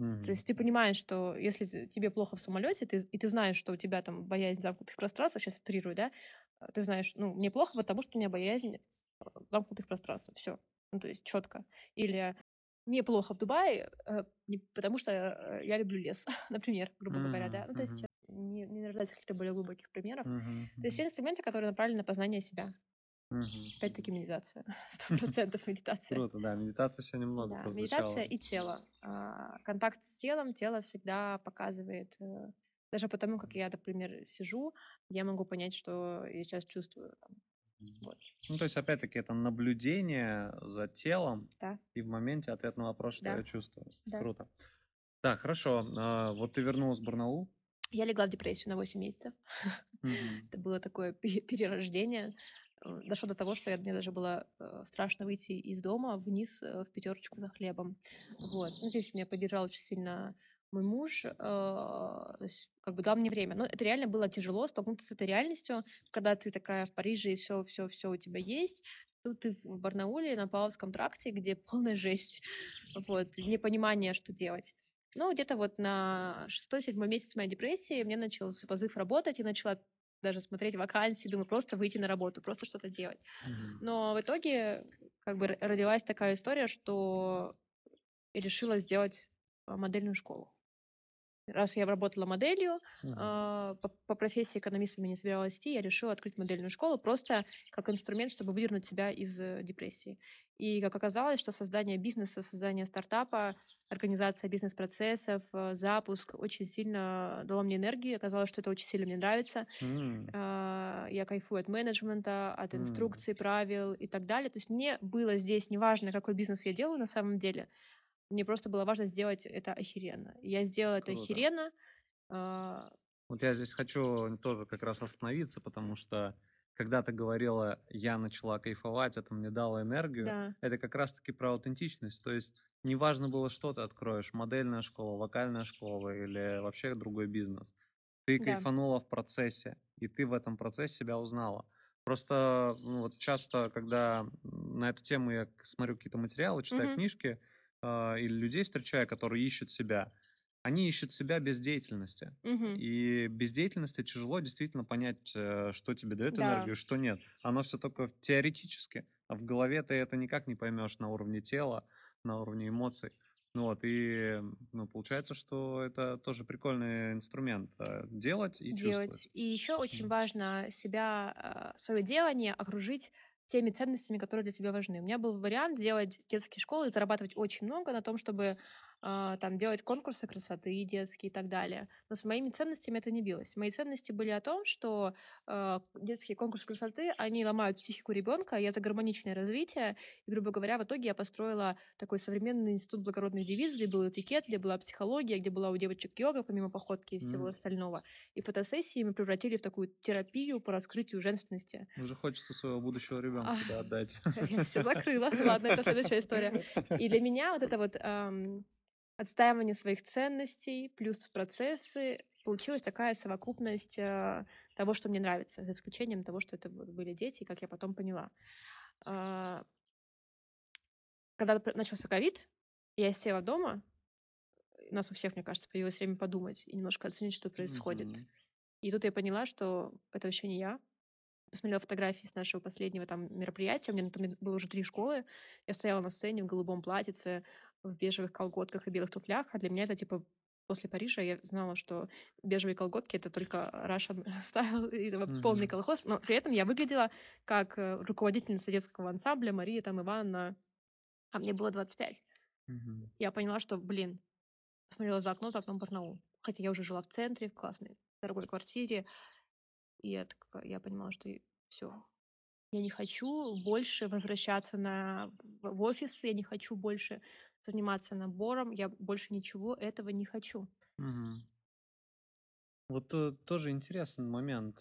То Мгм. есть ты понимаешь, что если тебе плохо в самолете, и ты знаешь, что у тебя там боязнь замкнутых пространств, сейчас утрирую, да, ты знаешь, ну, мне плохо, потому что у меня боязнь замкнутых пространств. Все. Ну, то есть четко. Или мне плохо в Дубае, потому что я люблю лес, например, грубо говоря, да. Мгм. Ну, то есть Мгм. не рождается каких-то более глубоких примеров. Мгм. То есть все Мгм. инструменты, которые направлены на познание себя. Мгм. Опять-таки медитация. 100% медитация. Круто, да. Медитация сегодня много Да, медитация прозвучала. и тело. Контакт с телом, тело всегда показывает, даже потому, как я, например, сижу, я могу понять, что я сейчас чувствую. Там. Мгм. Вот. Ну, то есть, опять-таки, это наблюдение за телом Да, и в моменте ответ на вопрос, что да, я чувствую. да. Круто. Так, хорошо. Вот ты вернулась в Барнаул. Я легла в депрессию на 8 месяцев. Мгм. Это было такое перерождение. Дошло до того, что мне даже было страшно выйти из дома вниз в пятерочку за хлебом. Вот. Ну, здесь меня поддержал очень сильно мой муж, то есть, как бы дал мне время. Но это реально было тяжело столкнуться с этой реальностью, когда ты такая в Париже и все у тебя есть. Тут ты в Барнауле на Павловском тракте, где полная жесть. Вот, непонимание, что делать. Ну, где-то вот на шестой-седьмой месяц моей депрессии мне начался позыв работать, и начала даже смотреть вакансии, думаю, просто выйти на работу, просто что-то делать. Мгм. Но в итоге как бы родилась такая история, что я решила сделать модельную школу. Раз я работала моделью, Мгм. по профессии экономистами не собиралась идти, я решила открыть модельную школу просто как инструмент, чтобы выдернуть себя из депрессии. И как оказалось, что создание бизнеса, создание стартапа, организация бизнес-процессов, запуск очень сильно дало мне энергии. Оказалось, что это очень сильно мне нравится. М. Я кайфую от менеджмента, от М. инструкций, правил и так далее. То есть мне было здесь неважно, какой бизнес я делаю на самом деле. Мне просто было важно сделать это охеренно. И я сделала это Круто. охеренно. А, Вот я здесь хочу тоже как раз остановиться, потому что когда ты говорила, я начала кайфовать, это мне дало энергию, да, это как раз-таки про аутентичность. То есть неважно было, что ты откроешь, модельная школа, вокальная школа или вообще другой бизнес. Ты да. кайфанула в процессе, и ты в этом процессе себя узнала. Просто ну, вот часто, когда на эту тему я смотрю какие-то материалы, читаю Мгм, книжки или людей встречаю, которые ищут себя, они ищут себя без деятельности. мгм. И без деятельности тяжело действительно понять, что тебе дает Да, энергию, что нет. Оно все только теоретически, а в голове ты это никак не поймешь на уровне тела, на уровне эмоций. Ну вот, и ну, получается, что это тоже прикольный инструмент делать и делать. чувствовать. И еще очень М. важно себя, свое делание окружить теми ценностями, которые для тебя важны. У меня был вариант сделать детские школы и зарабатывать очень много на том, чтобы там делать конкурсы красоты детские и так далее. Но с моими ценностями это не билось. Мои ценности были о том, что детские конкурсы красоты, они ломают психику ребенка, я за гармоничное развитие. И, грубо говоря, в итоге я построила такой современный институт благородных девиз, где был этикет, где была психология, где была у девочек йога, помимо походки и всего М. остального. И фотосессии мы превратили в такую терапию по раскрытию женственности. Уже хочется своего будущего ребенка Ах, туда отдать. я все закрыла. Ладно, это следующая история. И для меня вот это вот отстаивание своих ценностей плюс процессы получилась такая совокупность того, что мне нравится, за исключением того, что это вот были дети, как я потом поняла. А, Когда начался ковид, я села дома, у нас у всех, мне кажется, появилось время подумать и немножко оценить, что происходит. Мгм. И тут я поняла, что это вообще не я. Посмотрела фотографии с нашего последнего там мероприятия. У меня на том было уже 3 школы. Я стояла на сцене в голубом платьице, в бежевых колготках и белых туфлях. А для меня это типа после Парижа я знала, что бежевые колготки — это только Russian style, и это полный Мгм. колхоз. Но при этом я выглядела как руководительница детского ансамбля Мария там Ивановна, а мне было 25. Мгм. Я поняла, что, блин, посмотрела за окном Барнаул. Хотя я уже жила в центре, в классной дорогой квартире. И я понимала, что все, я не хочу больше возвращаться в офис, я не хочу больше заниматься набором, я больше ничего этого не хочу. Мгм. Вот тоже интересный момент.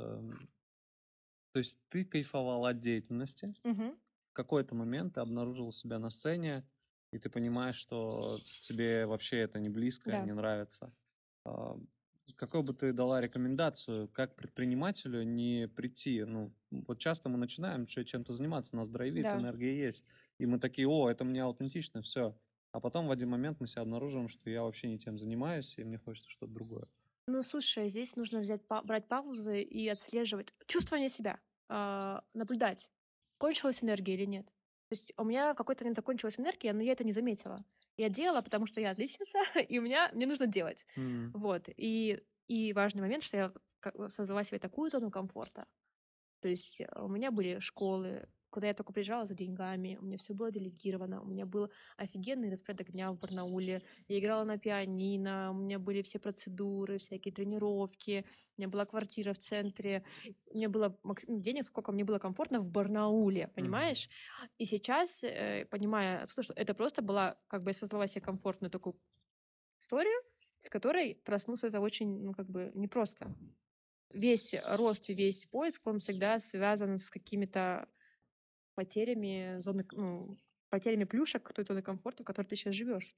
То есть ты кайфовал от деятельности, Мгм. в какой-то момент ты обнаружил себя на сцене, и ты понимаешь, что тебе вообще это не близко, Да, не нравится. А, Какую бы ты дала рекомендацию, как предпринимателю не прийти? Ну, вот часто мы начинаем чем-то заниматься, у нас драйвит, да. энергия есть, и мы такие, о, это мне аутентично, все. а потом в один момент мы себя обнаруживаем, что я вообще не тем занимаюсь, и мне хочется что-то другое. Ну, слушай, здесь нужно брать паузы и отслеживать чувствование себя, наблюдать, кончилась энергия или нет. То есть у меня в какой-то момент закончилась энергия, но я это не заметила. Я делала, потому что я отличница, и мне нужно делать. М, Вот. И важный момент, что я создала себе такую зону комфорта. То есть у меня были школы, куда я только приезжала за деньгами, у меня все было делегировано, у меня был офигенный распорядок дня в Барнауле, я играла на пианино, у меня были все процедуры, всякие тренировки, у меня была квартира в центре, у меня было денег, сколько мне было комфортно в Барнауле, мгм. понимаешь? И сейчас, понимая отсюда, что это просто была, как бы я создала себе комфортную такую историю, с которой проснуться это очень, ну, как бы непросто. Весь рост и весь поиск, он всегда связан с какими-то потерями потерями плюшек той зоны комфорта, в которой ты сейчас живешь.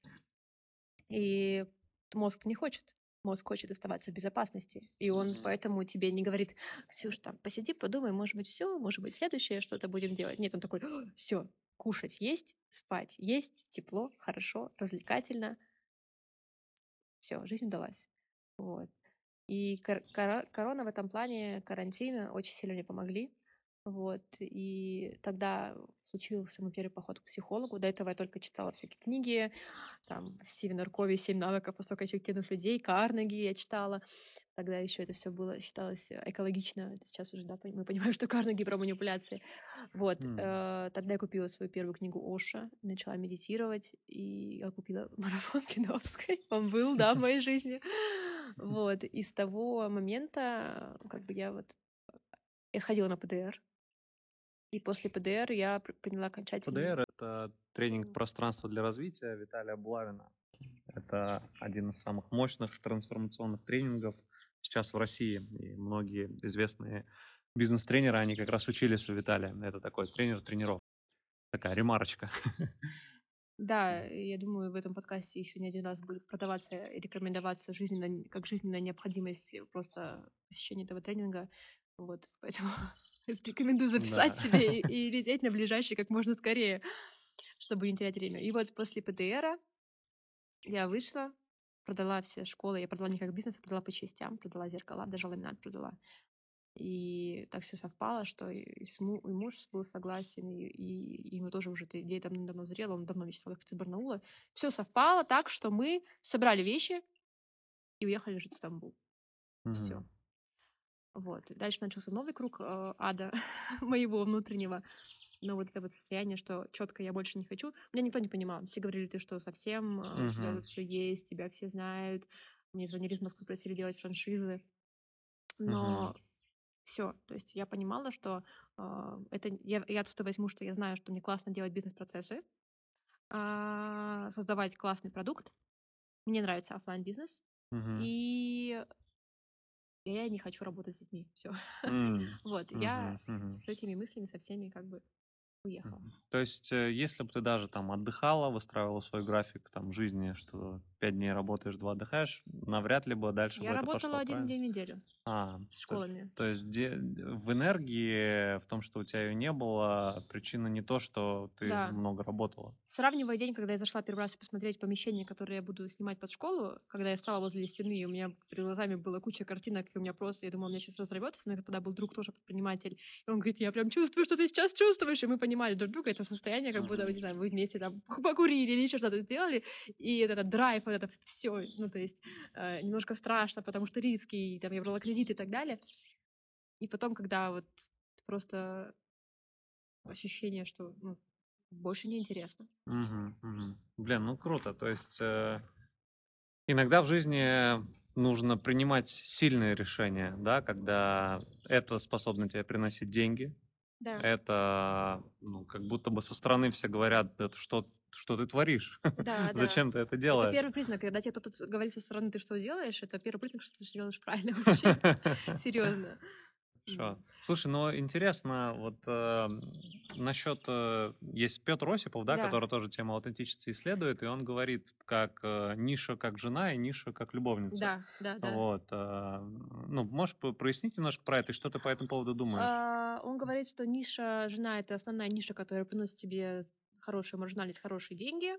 И мозг не хочет. Мозг хочет оставаться в безопасности. И он поэтому тебе не говорит: "Ксюш, там, посиди, подумай, может быть, все, может быть, следующее что-то будем делать". Нет, он такой: "Все, кушать есть, спать есть, тепло, хорошо, развлекательно. Все, жизнь удалась". Вот. И корона в этом плане, карантина очень сильно мне помогли. Вот. И тогда случился мой первый поход к психологу. До этого я только читала всякие книги, там Стивена Кови «7 навыков высокоэффективных людей», Карнеги я читала. Тогда еще это все было, считалось экологично. Это сейчас уже, да, мы понимаем, что Карнеги про манипуляции. Вот. М. Тогда я купила свою первую книгу Оша, начала медитировать, и я купила марафон Киновской. Он был, да, в моей жизни. Вот. И с того момента, как бы я сходила на ПДР, и после ПДР я поняла окончательно. ПДР — это тренинг пространства для развития Виталия Булавина. Это один из самых мощных трансформационных тренингов сейчас в России. И многие известные бизнес-тренеры, они как раз учились у Виталия. Это такой тренер тренеров. Такая ремарочка. Да, и я думаю, в этом подкасте еще не один раз будет продаваться и рекомендоваться как жизненная необходимость просто посещения этого тренинга. Вот, поэтому рекомендую записать Да. себе и лететь на ближайший как можно скорее, чтобы не терять время. И вот после ПТРа я вышла, продала все школы. Я продала не как бизнес, а продала по частям, продала зеркала, даже ламинат продала. И так все совпало, что и муж был согласен, и ему тоже уже эта идея давно зрела, он давно мечтал ехать из Барнаула. Все совпало так, что мы собрали вещи и уехали жить в Стамбул. Все. Мгм. Вот. Дальше начался новый круг ада моего внутреннего. Но вот это вот состояние, что четко я больше не хочу. Меня никто не понимал. Все говорили: "Ты что, совсем? У тебя Мгм. тут все есть, тебя все знают". Мне звонили из Москвы, просили делать франшизы. Мгм. Но все, то есть я понимала, что, это я отсюда возьму, что я знаю, что мне классно делать бизнес-процессы, создавать классный продукт. Мне нравится оффлайн бизнес Мгм. и я не хочу работать с детьми. Все. М. Вот, я Мгм. Мгм. с этими мыслями со всеми как бы уехала. Мгм. То есть, если бы ты даже там отдыхала, выстраивала свой график там жизни, что 5 дней работаешь, 2 отдыхаешь, навряд ли бы дальше Я бы это работала пошло, один правильно? день в неделю с То школами. то есть в энергии, в том, что у тебя ее не было, причина не то, что ты Да. много работала. Сравнивая день, когда я зашла первый раз посмотреть помещение, которое я буду снимать под школу, когда я стала возле стены, и у меня перед глазами была куча картинок, и у меня просто, я думала, у меня сейчас разорвется, но тогда был друг тоже предприниматель, и он говорит: "Я прям чувствую, что ты сейчас чувствуешь", и мы понимали друг друга, это состояние, как будто, Мгм. не знаю, вы вместе там покурили или еще что-то сделали, и вот этот драйв, вот это все, ну, то есть немножко страшно, потому что риски, и там я брала кредит и так далее. И потом, когда вот просто ощущение, что больше не интересно. Мгм. Мгм. Блин, ну круто. То есть, иногда в жизни нужно принимать сильные решения, да, когда это способно тебе приносить деньги. Да, Это, ну, как будто бы со стороны все говорят: "Это что ты творишь? да, да. Зачем ты это Это делаешь?" первый признак, когда тебе кто-то говорит со стороны: "Ты что делаешь?" Это первый признак, что ты всё делаешь правильно вообще. Серьезно. Хорошо. Слушай, ну интересно, вот насчет есть Петр Осипов, да, Да, который тоже тему аутентичности исследует, и он говорит, как ниша как жена и ниша как любовница. да, да. Вот. Ну, можешь прояснить немножко про это, и что ты по этому поводу думаешь? Он говорит, что ниша жена — это основная ниша, которая приносит тебе хорошую маржинальность, хорошие деньги.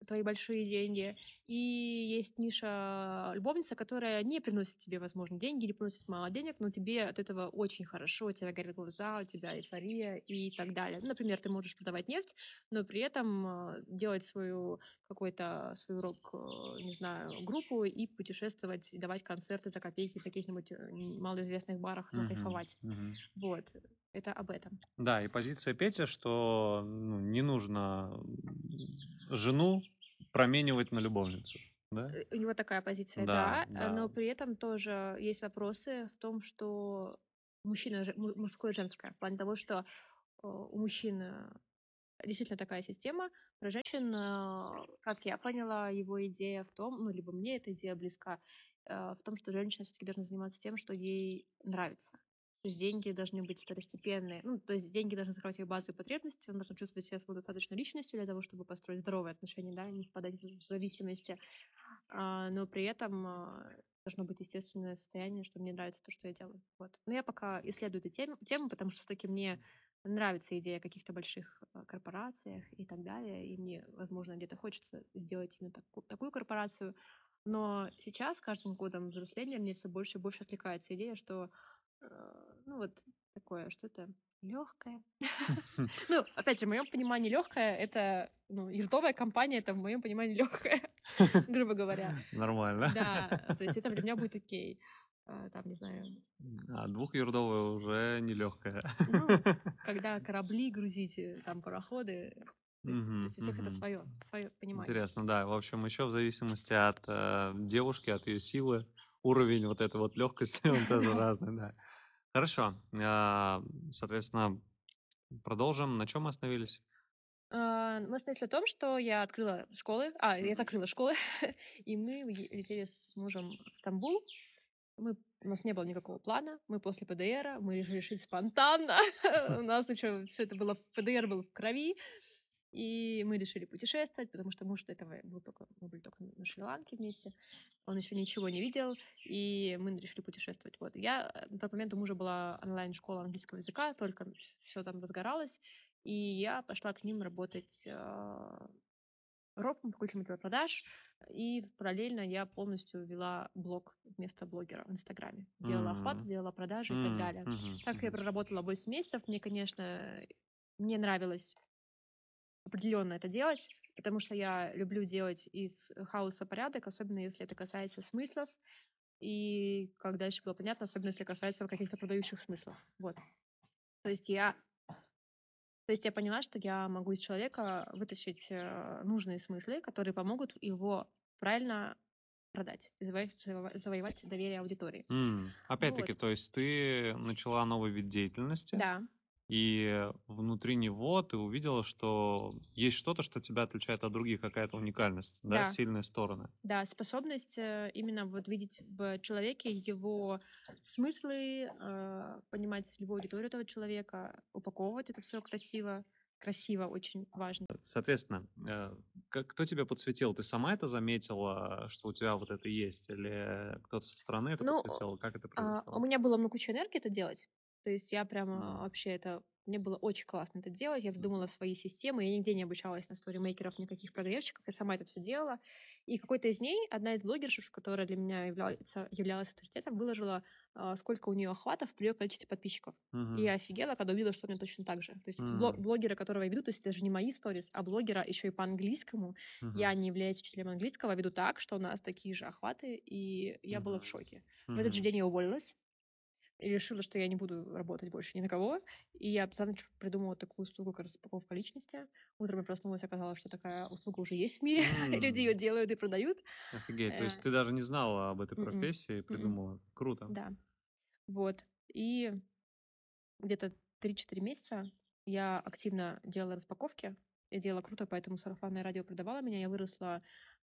твои большие деньги, и есть ниша любовница, которая не приносит тебе, возможно, деньги или приносит мало денег, но тебе от этого очень хорошо, у тебя горят глаза, у тебя эйфория и так далее. Ну, например, ты можешь продавать нефть, но при этом делать свою какой-то свою рок, не знаю, группу и путешествовать, и давать концерты за копейки в каких-нибудь малоизвестных барах, но Мгм, кайфовать. мгм. Вот, это об этом. Да, и позиция Пети, что ну, не нужно жену променивать на любовницу, да? У него такая позиция, Да, да, да. но при этом тоже есть вопросы в том, что мужчина, мужское и женское, в плане того, что у мужчин действительно такая система, про женщин, как я поняла, его идея в том, ну, либо мне эта идея близка, в том, что женщина все-таки должна заниматься тем, что ей нравится. То есть деньги должны быть второстепенные. Ну, то есть деньги должны закрывать ее базовые потребности, он должен чувствовать себя самодостаточной личностью для того, чтобы построить здоровые отношения, да, и не впадать в зависимости. Но при этом должно быть естественное состояние, что мне нравится то, что я делаю. Вот. Но я пока исследую эту тему, потому что все-таки мне нравится идея о каких-то больших корпорациях и так далее, и мне, возможно, где-то хочется сделать именно такую корпорацию. Но сейчас, с каждым годом взросления, мне все больше и больше отвлекается идея, что, ну вот такое, что-то легкое. Ну, опять же, в моем понимании легкое это, ну, юртовая компания, это в моем понимании легкое, грубо говоря. Нормально. Да, то есть это для меня будет окей. Там, не знаю, А двухюрдовая уже нелегкая. ну, когда корабли грузить, там пароходы, то Мгм, есть у всех это мгм. свое понимание. Интересно, да. В общем, еще в зависимости от девушки, от ее силы, уровень вот этой вот легкости, он тоже Да. разный, да. Хорошо. Соответственно, продолжим. На чем мы остановились? Мы остановились на том, что я закрыла школы, и мы летели с мужем в Стамбул. У нас не было никакого плана. Мы после ПДРа, мы решили спонтанно. У нас еще все это было, ПДР был в крови. И мы решили путешествовать, потому что муж до этого мы были только на Шри-Ланке вместе. Он еще ничего не видел, и мы решили путешествовать. Вот. На тот момент у мужа была онлайн-школа английского языка, только все там разгоралось. И я пошла к ним работать руководителем продаж, и параллельно я полностью вела блог вместо блогера в Инстаграме. Делала охваты, М, делала продажи и так м, далее. мгм, Так я мгм. проработала 8 месяцев. Мне, конечно, не нравилось определенно это делать, потому что я люблю делать из хаоса порядок, особенно если это касается смыслов, и как дальше было понятно, особенно если касается каких-то продающих смыслов. Вот. То есть я, то есть я поняла, что я могу из человека вытащить нужные смыслы, которые помогут его правильно продать, и завоевать доверие аудитории. Опять-таки, Вот. то есть ты начала новый вид деятельности, Да. и внутри него ты увидела, что есть что-то, что тебя отличает от других, какая-то уникальность, да, Да, сильные стороны. да, способность именно вот видеть в человеке его смыслы, понимать любую аудиторию этого человека, упаковывать это все красиво. Красиво очень важно. Соответственно, кто тебя подсветил? Ты сама это заметила, что у тебя вот это есть, или кто-то со стороны это Ну, подсветил? Как это у произошло? меня было много куча энергии это делать. То есть я прямо М, вообще это мне было очень классно это делать. Я придумала свои системы. Я нигде не обучалась на сторимейкеров, никаких прогревщиков. Я сама это все делала. И какой-то из ней, одна из блогершев, которая для меня являлась авторитетом, выложила, сколько у нее охватов при ее количестве подписчиков. И мгм, я офигела, когда увидела, что у меня точно так же. То есть м, блогера, которого я веду, то есть даже не мои сторис, а блогера еще и по английскому. мгм, Я не являюсь учителем английского, а веду так, что у нас такие же охваты, и я была в мгм, шоке. В этот же мгм. день я уволилась и решила, что я не буду работать больше ни на кого. И я за ночь придумала такую услугу, как распаковка личности. Утром я проснулась, оказалось, что такая услуга уже есть в мире. И люди М, ее делают и продают. Офигеть. То Э, есть ты даже не знала об этой мгм, профессии и мгм. придумала. Круто. Да, вот. И где-то 3-4 месяца я активно делала распаковки. Я делала круто, поэтому сарафанное радио продавало меня. Я выросла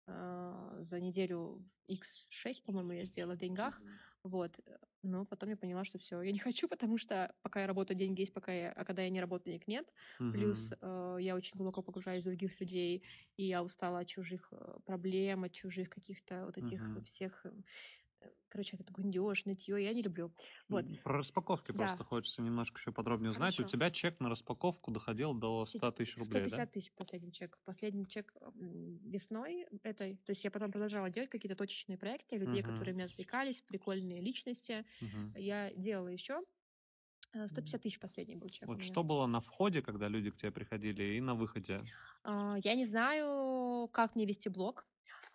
за неделю в X6, по-моему, я сделала в деньгах. Мгм. Вот. Но потом я поняла, что все, я не хочу, потому что пока я работаю, деньги есть, а когда я не работаю, денег нет. Плюс Мгм. я очень глубоко погружаюсь в других людей, и я устала от чужих проблем, от чужих каких-то вот этих Мгм. всех короче, этот гундеж, нытье я не люблю. Вот, Про распаковки да, просто хочется немножко еще подробнее узнать. У хорошо. тебя чек на распаковку доходил до 100 тысяч Сто рублей, да? пятьдесят тысяч последний чек. Последний чек весной этой. То есть я потом продолжала делать какие-то точечные проекты, людей, Мгм. которые мне отвлекались, прикольные личности. Мгм. Я делала еще. 150 тысяч последний был чек у Вот меня. что было на входе, когда люди к тебе приходили, и на выходе? Я не знаю, как мне вести блог.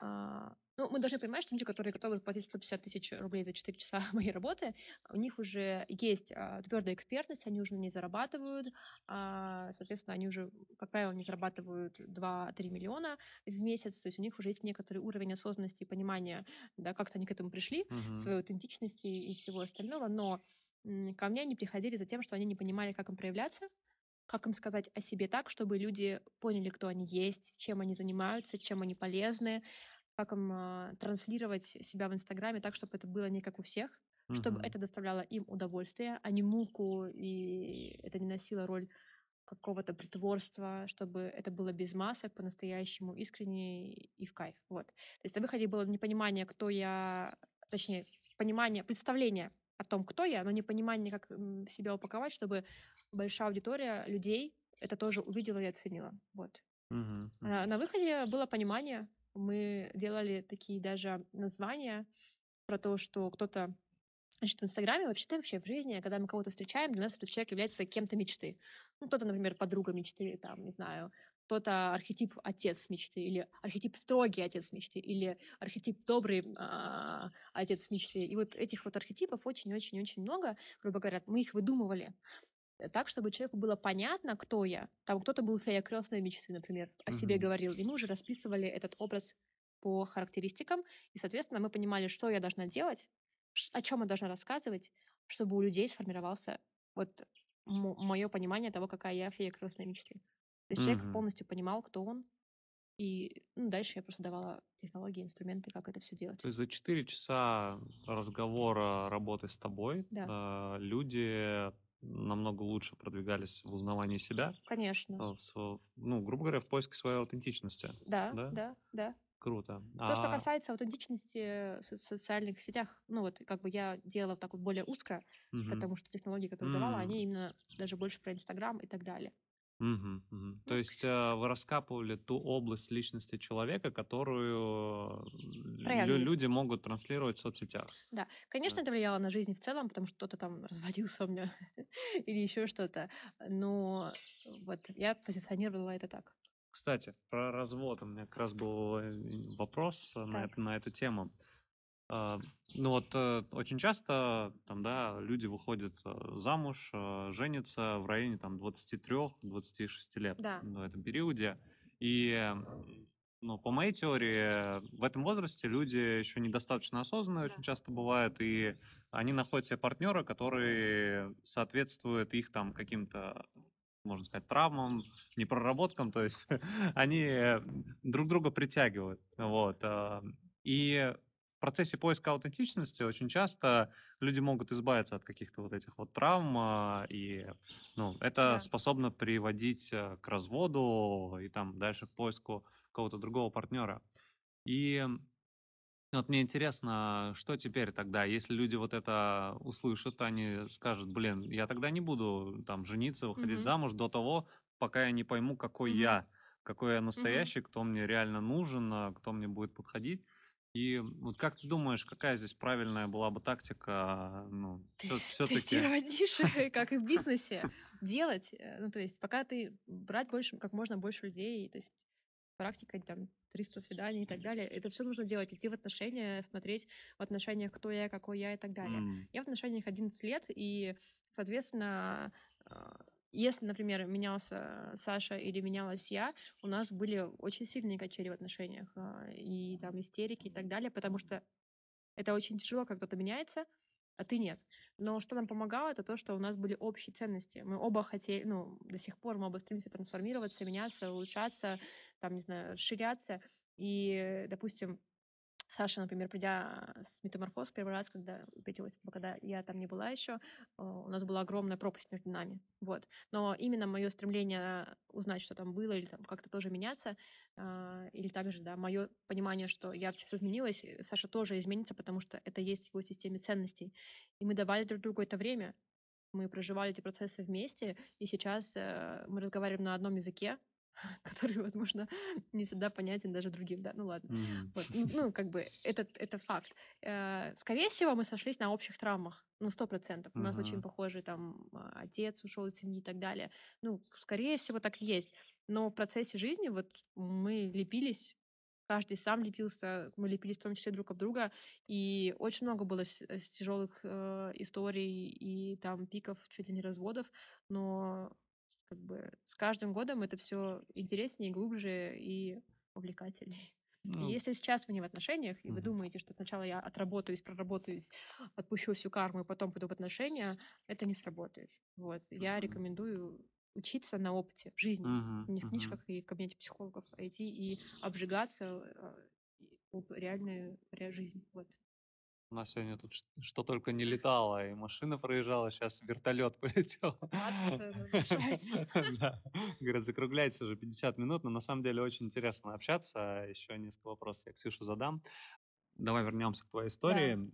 Ну, мы должны понимать, что люди, которые готовы платить 150 тысяч рублей за 4 часа моей работы, у них уже есть твердая экспертность, они уже не зарабатывают. Соответственно, они уже, как правило, не зарабатывают 2-3 миллиона в месяц. То есть у них уже есть некоторый уровень осознанности и понимания, да, как-то они к этому пришли, Мгм. своей аутентичности и всего остального. Но ко мне они приходили за тем, что они не понимали, как им проявляться, как им сказать о себе так, чтобы люди поняли, кто они есть, чем они занимаются, чем они полезны, как им транслировать себя в Инстаграме так, чтобы это было не как у всех, чтобы Мгм. это доставляло им удовольствие, а не муку, и это не носило роль какого-то притворства, чтобы это было без масок, по-настоящему искренне и в кайф. Вот. То есть на выходе было непонимание, кто я, точнее, понимание, представление о том, кто я, но непонимание, как себя упаковать, чтобы большая аудитория людей это тоже увидела и оценила. Вот. Мгм. А Мгм. на выходе было понимание. Мы делали такие даже названия про то, что кто-то. Значит, в Инстаграме, вообще в жизни, когда мы кого-то встречаем, для нас этот человек является кем-то мечты. Ну, кто-то, например, подруга мечты, там, не знаю, кто-то архетип отец мечты, или архетип строгий отец мечты, или архетип добрый отец мечты. И вот этих вот архетипов очень-очень-очень много, грубо говоря. Мы их выдумывали так, чтобы человеку было понятно, кто я. Там кто-то был фея крестной мечты, например, о себе Мгм. говорил, и мы уже расписывали этот образ по характеристикам, и, соответственно, мы понимали, что я должна делать, о чем я должна рассказывать, чтобы у людей сформировался вот мое понимание того, какая я фея крестной мечты. То есть человек Мгм. полностью понимал, кто он, и дальше я просто давала технологии, инструменты, как это все делать. То есть за 4 часа разговора, работы с тобой, Да, люди намного лучше продвигались в узнавании себя, конечно. ну, грубо говоря, в поиске своей аутентичности, Да, да? да, да. Круто. То, что касается аутентичности в социальных сетях, ну вот как бы я делала так вот более узко, Мгм. потому что технологии, которые давала, М. они именно даже больше про Инстаграм и так далее. Мгм. Мгм. То Ну, есть вы раскапывали ту область личности человека, которую люди проявленность. могут транслировать в соцсетях. Да, Да. конечно, это влияло на жизнь в целом, потому что кто-то там разводился у меня или еще что-то. Но вот я позиционировала это так. Кстати, про развод у меня как раз был вопрос Так, на эту тему. А, ну вот очень часто там, да, люди выходят замуж, женятся в районе там 23-26 лет да, в этом периоде. И ну, по моей теории, в этом возрасте люди еще недостаточно осознанные да. очень часто бывают, и они находят себе партнера, который соответствует их там каким-то, можно сказать, травмам, непроработкам, то есть они друг друга притягивают. Вот. И в процессе поиска аутентичности очень часто люди могут избавиться от каких-то вот этих вот травм, и ну, это Да. способно приводить к разводу и там дальше к поиску какого-то другого партнера. И вот мне интересно, что теперь тогда, если люди вот это услышат, они скажут, блин, я тогда не буду там жениться, выходить Мгм, замуж до того, пока я не пойму, мгм, какой я мгм. настоящий, кто мне реально нужен, кто мне будет подходить. И вот как ты думаешь, какая здесь правильная была бы тактика, ну, все-таки... Тестировать ниши, как и в бизнесе, делать. Ну, то есть пока ты брать больше, как можно больше людей, то есть практика там 300 свиданий и так далее. Это все нужно делать, идти в отношения, смотреть в отношениях, кто я, какой я и так далее. Я в отношениях 11 лет, и, соответственно, а, если, например, менялся Саша или менялась я, у нас были очень сильные качели в отношениях, и там истерики и так далее, потому что это очень тяжело, когда кто-то меняется, а ты нет. Но что нам помогало, это то, что у нас были общие ценности. Мы оба хотели, ну, до сих пор мы оба стремимся трансформироваться, меняться, улучшаться, там, не знаю, расширяться. И, допустим, Саша, например, придя с метаморфоз первый раз, когда пятилась, когда я там не была еще, у нас была огромная пропасть между нами. Вот. Но именно мое стремление узнать, что там было, или там как-то тоже меняться, или также, да, мое понимание, что я сейчас изменилась, Саша тоже изменится, потому что это есть в его системе ценностей. И мы давали друг другу это время, мы проживали эти процессы вместе, и сейчас мы разговариваем на одном языке, который, возможно, не всегда понятен даже другим, да, ну ладно. Мгм. Вот, ну, как бы, это факт. Скорее всего, мы сошлись на общих травмах, ну, 100%. У нас очень Мгм. похожий там отец ушел из семьи и так далее. Ну, скорее всего, так и есть. Но в процессе жизни вот мы лепились, каждый сам лепился, мы лепились в том числе друг об друга, и очень много было тяжелых историй и там пиков, чуть ли не разводов, но как бы с каждым годом это все интереснее, глубже и увлекательней. И Ну, если сейчас вы не в отношениях, и вы мгм. думаете, что сначала я отработаюсь, проработаюсь, отпущу всю карму и потом пойду в отношения, это не сработает. Вот. Я Мгм. рекомендую учиться на опыте жизни. Мгм. Не в Мгм. книжках и кабинете психологов, а идти и обжигаться об реальную жизнь. Вот. У нас сегодня тут что только не летало, и машина проезжала, сейчас вертолет полетел. Ад завершается. Да. Говорят, закругляется уже 50 минут, но на самом деле очень интересно общаться. Еще несколько вопросов я Ксюше задам. Давай вернемся к твоей Да. истории.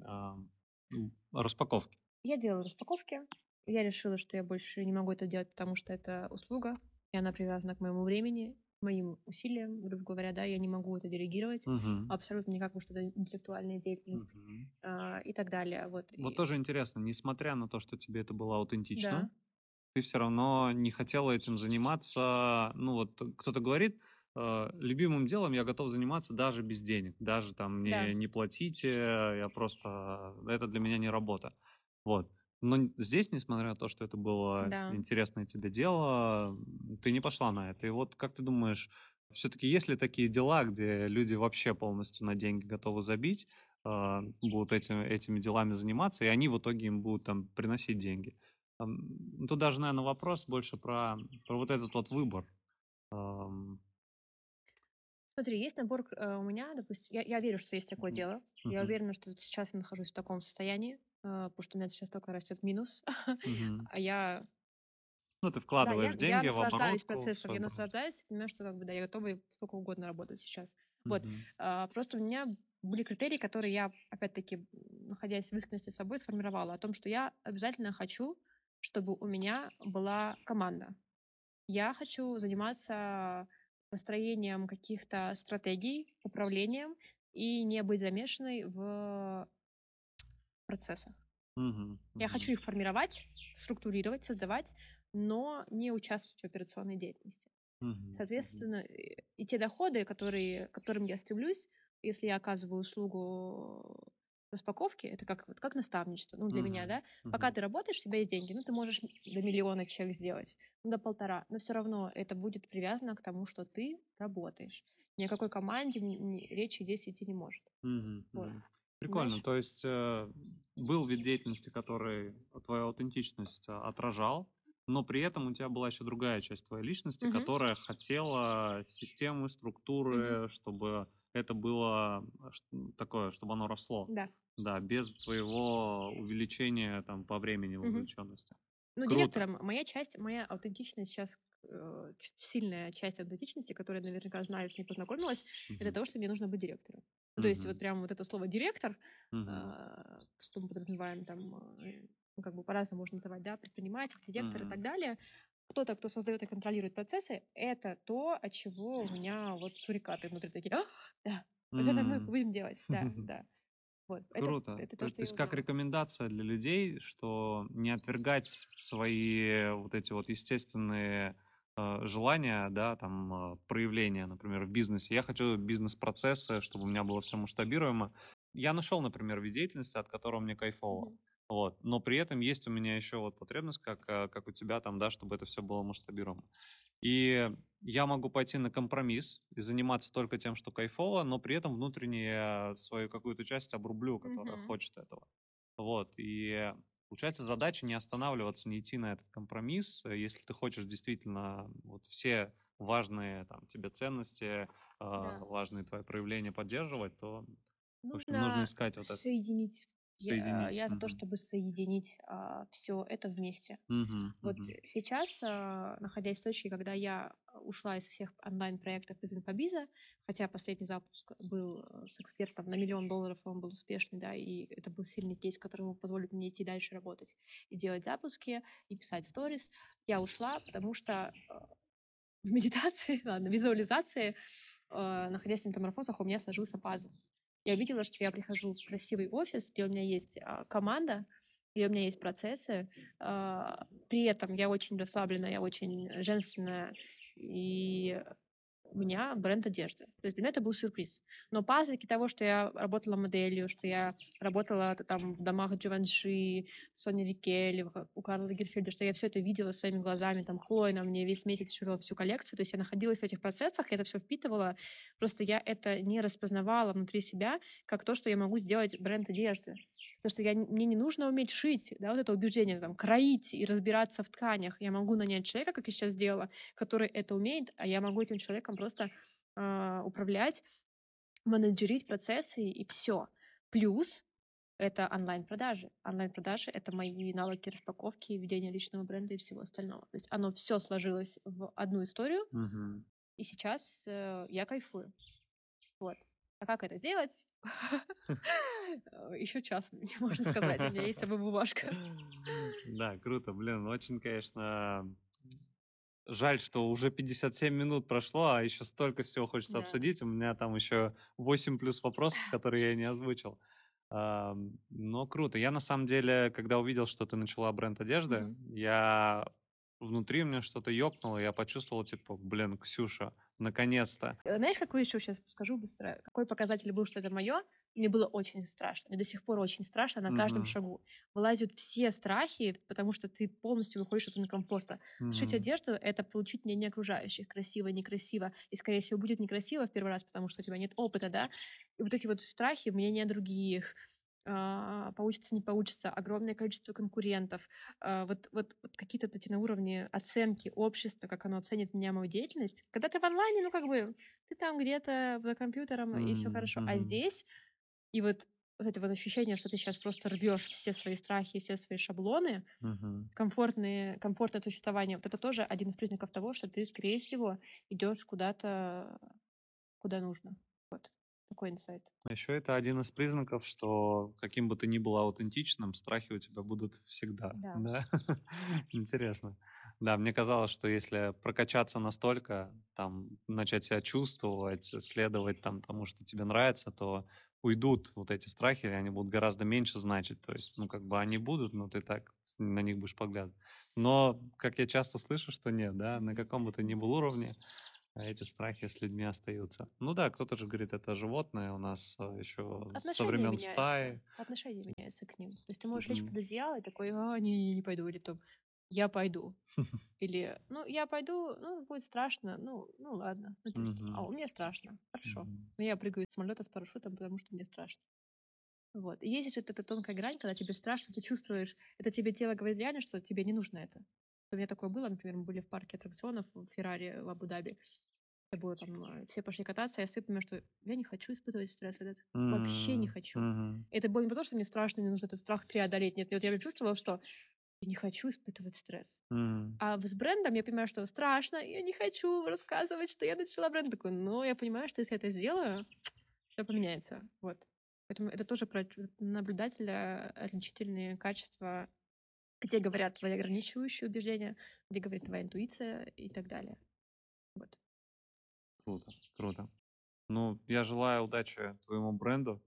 Распаковки. Я делала распаковки. Я решила, что я больше не могу это делать, потому что это услуга, и она привязана к моему времени, моим усилиям, грубо говоря, да, я не могу это делегировать Мгм. абсолютно никак, потому что это интеллектуальная деятельность Мгм. и так далее. Вот. Вот И, тоже интересно, несмотря на то, что тебе это было аутентично, да, ты все равно не хотела этим заниматься. Ну вот кто-то говорит, любимым делом я готов заниматься даже без денег, даже там да, не платите, я просто, это для меня не работа. Вот. Но здесь, несмотря на то, что это было да. интересное тебе дело, ты не пошла на это. И вот как ты думаешь, все-таки есть ли такие дела, где люди вообще полностью на деньги готовы забить, будут этими делами заниматься, и они в итоге им будут там приносить деньги? Тут даже, наверное, вопрос больше про вот этот вот выбор. Ам, Смотри, есть набор у меня, допустим, я верю, что есть такое мгм, дело. Я мгм, уверена, что вот сейчас я нахожусь в таком состоянии, потому что у меня сейчас только растет минус, мгм. а я Ну, ты Да, я вкладываешь я деньги в наслаждаюсь оборотку, процессом, все я оборот. наслаждаюсь, понимаю, что как бы, да, я готова сколько угодно работать сейчас. Вот. Мгм, Просто у меня были критерии, которые я, опять-таки, находясь в искренности с собой, сформировала о том, что я обязательно хочу, чтобы у меня была команда. Я хочу заниматься построением каких-то стратегий, управлением и не быть замешанной в процессах. мгм, Я мгм, хочу их формировать, структурировать, создавать, но не участвовать в операционной деятельности. мгм, мгм, Соответственно, и те доходы, к которым я стремлюсь, если я оказываю услугу распаковки, это как, вот, как наставничество, ну, для меня, мгм, да. Пока мгм, ты работаешь, у тебя есть деньги, ну, ты можешь до миллиона чек сделать, ну, до полтора, но все равно это будет привязано к тому, что ты работаешь. Ни о какой команде речи здесь идти не может. мгм, Вот. мгм. Прикольно. Понимаешь? То есть был вид деятельности, который твою аутентичность отражал, но при этом у тебя была еще другая часть твоей личности, Мгм. которая хотела системы, Мгм. структуры, чтобы это было такое, чтобы оно росло. Да. Да, без твоего увеличения там по времени Мгм. вовлеченности. Ну, Круто. директором моя аутентичность сейчас, сильная часть аутентичности, которую я наверняка знаю, с ней познакомилась, это Мгм. того, что мне нужно быть директором. Ну, то есть вот Мгм. прям вот это слово «директор», Мгм. что мы подразумеваем там, ну, как бы по-разному можно называть, да, предприниматель, директор и так Мгм. далее. Кто-то, кто создает и контролирует процессы, это то, от чего у меня вот сурикаты внутри такие: «А, да, вот это мы М. будем делать, да, да». Вот, Круто. это то, То что я есть как узнала. рекомендация для людей, что не отвергать свои вот эти вот естественные желания, да, там проявления, например, в бизнесе. Я хочу бизнес-процессы, чтобы у меня было все масштабируемо. Я нашел, например, вид деятельности, от которого мне кайфово. Мгм. Вот. Но при этом есть у меня еще вот потребность, как у тебя там, да, чтобы это все было масштабируемо. И я могу пойти на компромисс и заниматься только тем, что кайфово, но при этом внутренне я свою какую-то часть обрублю, которая Мгм. хочет этого. Вот. И получается задача не останавливаться, не идти на этот компромисс. Если ты хочешь действительно вот все важные там тебе ценности, Да. важные твои проявления поддерживать, то В общем, нужно Нужно искать вот это, соединить. Я соединить. за то, чтобы соединить все это вместе. Мгм, Вот мгм, сейчас, находясь в точке, когда я ушла из всех онлайн-проектов из инфобиза, хотя последний запуск был с экспертом на $1 000 000, он был успешный, да, и это был сильный кейс, который позволит мне идти дальше работать и делать запуски, и писать сторис. Я ушла, потому что в медитации, ладно, визуализации, находясь в метаморфозах, у меня сложился пазл. Я увидела, что я прихожу в красивый офис, где у меня есть команда, где у меня есть процессы. При этом я очень расслабленная, я очень женственная, и у меня бренд одежды. То есть для меня это был сюрприз. Но пазлики того, что я работала моделью, что я работала там в домах Givenchy, Сони Рикелли, у Карла Лагерфельда, что я все это видела своими глазами, там Хлоя на мне весь месяц шила всю коллекцию, то есть я находилась в этих процессах, я это все впитывала, просто я это не распознавала внутри себя, как то, что я могу сделать бренд одежды. Потому что мне не нужно уметь шить, да, вот это убеждение, там, кроить и разбираться в тканях. Я могу нанять человека, как я сейчас сделала, который это умеет, а я могу этим человеком просто управлять, менеджерить процессы и все. Плюс это онлайн-продажи. Онлайн-продажи — это мои навыки распаковки, ведения личного бренда и всего остального. То есть оно все сложилось в одну историю, мгм. и сейчас я кайфую. Вот. А как это сделать? Еще час, мне можно сказать. У меня есть с собой бумажка. Да, круто, блин, очень, конечно, жаль, что уже 57 минут прошло, а еще столько всего хочется Да. обсудить. У меня там еще 8 плюс вопросов, которые я не озвучил. Но круто. Я на самом деле, когда увидел, что ты начала бренд одежды, Мгм. я внутри у меня что-то ёкнуло, я почувствовал, типа, блин, Ксюша, наконец-то. Знаешь, какой еще сейчас скажу быстро? Какой показатель был, что это мое? Мне было очень страшно. Мне до сих пор очень страшно на каждом Мгм, шагу. Вылазят все страхи, потому что ты полностью выходишь из зоны комфорта. Сшить мгм, одежду — это получить мнение окружающих. Красиво, некрасиво. И, скорее всего, будет некрасиво в первый раз, потому что у тебя нет опыта, да? И вот эти вот страхи, мнения других, получится, не получится, огромное количество конкурентов, вот какие-то вот эти на уровне оценки общества, как оно оценит меня, мою деятельность. Когда ты в онлайне, ну, как бы, ты там где-то за компьютером, и все мгм, хорошо. А мгм, здесь, и вот это вот ощущение, что ты сейчас просто рвешь все свои страхи, все свои шаблоны, мгм. комфортное существование, вот это тоже один из признаков того, что ты, скорее всего, идешь куда-то, куда нужно. Вот. Такой инсайт. Еще это один из признаков, что каким бы ты ни был аутентичным, страхи у тебя будут всегда, Да. да? Интересно. Да, мне казалось, что если прокачаться настолько, там, начать себя чувствовать, следовать там тому, что тебе нравится, то уйдут вот эти страхи, и они будут гораздо меньше значить. То есть, ну, как бы они будут, но ты так на них будешь поглядывать. Но, как я часто слышу, что нет, да, на каком бы ты ни был уровне, а эти страхи с людьми остаются. Ну да, кто-то же говорит, это животное у нас еще со времен стаи. Отношение меняется к ним. То есть ты можешь лечь Мгм. под одеяло и такой: не пойду, или то я пойду. Или, ну, я пойду, ну, будет страшно, ну ладно. Ну, то есть, Мгм. мне страшно, хорошо. Мгм. Но я прыгаю с самолета с парашютом, потому что мне страшно. Вот. И есть же эта тонкая грань, когда тебе страшно, ты чувствуешь, это тебе тело говорит реально, что тебе не нужно это. У меня такое было, например, мы были в парке аттракционов в Феррари в Абу-Даби. Это было там, все пошли кататься, я стою, понимаю, что я не хочу испытывать стресс этот. Вообще не М, хочу. мгм. Это было не потому, что мне страшно, мне нужно этот страх преодолеть. Нет, вот я чувствовала, что я не хочу испытывать стресс. Мгм. А с брендом я понимаю, что страшно, я не хочу рассказывать, что я начала бренд. Такой, но я понимаю, что если я это сделаю, все поменяется. Вот. Поэтому это тоже про наблюдателя, отличительные качества, где говорят твои ограничивающие убеждения, где говорит твоя интуиция и так далее. Вот. Круто, круто. Ну, я желаю удачи твоему бренду.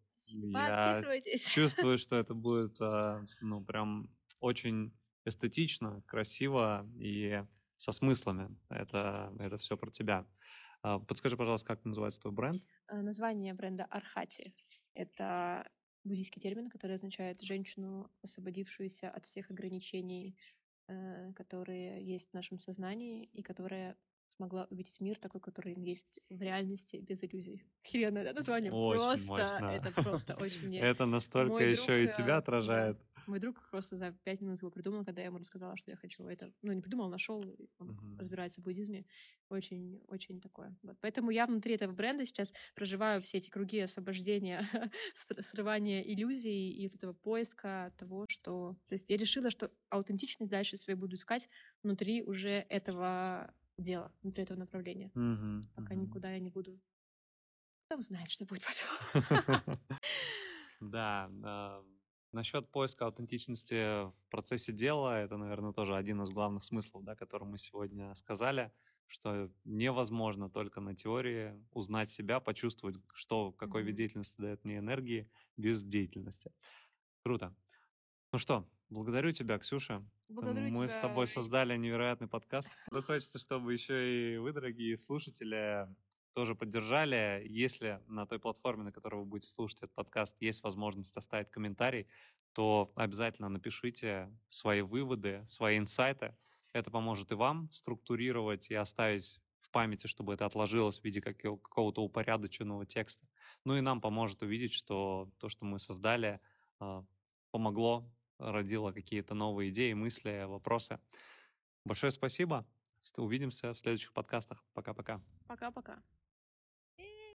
Я Подписывайтесь. чувствую, что это будет, ну, прям очень эстетично, красиво и со смыслами. Это все про тебя. Подскажи, пожалуйста, как называется твой бренд? Название бренда Архати — это буддийский термин, который означает женщину, освободившуюся от всех ограничений, которые есть в нашем сознании, и которая смогла увидеть мир такой, который он есть в реальности, без иллюзий. Охеренное, да, название? Очень мощно. Это просто очень мне. Это настолько Мой друг, еще и тебя да, отражает. Мой друг просто за 5 минут его придумал, когда я ему рассказала, что я хочу это. Ну, не придумал, нашел, он Мгм. разбирается в буддизме. Очень, очень такое. Вот. Поэтому я внутри этого бренда сейчас проживаю все эти круги освобождения, срывания иллюзий и вот этого поиска того, что... То есть я решила, что аутентичность дальше свою буду искать внутри уже этого дела, внутри этого направления. Мгм. Пока Мгм. никуда я не буду. Кто знает, что будет потом. Да, насчет поиска аутентичности в процессе дела, это, наверное, тоже один из главных смыслов, да, который мы сегодня сказали, что невозможно только на теории узнать себя, почувствовать, что, какой вид Мгм. деятельности дает мне энергии без деятельности. Круто. Ну что, благодарю тебя, Ксюша. Благодарю Мы с тебя. тобой создали невероятный подкаст. Но хочется, чтобы еще и вы, дорогие слушатели, тоже поддержали. Если на той платформе, на которой вы будете слушать этот подкаст, есть возможность оставить комментарий, то обязательно напишите свои выводы, свои инсайты. Это поможет и вам структурировать и оставить в памяти, чтобы это отложилось в виде какого-то упорядоченного текста. Ну и нам поможет увидеть, что то, что мы создали, а, помогло, родило какие-то новые идеи, мысли, вопросы. Большое спасибо. Увидимся в следующих подкастах. Пока-пока. Пока-пока.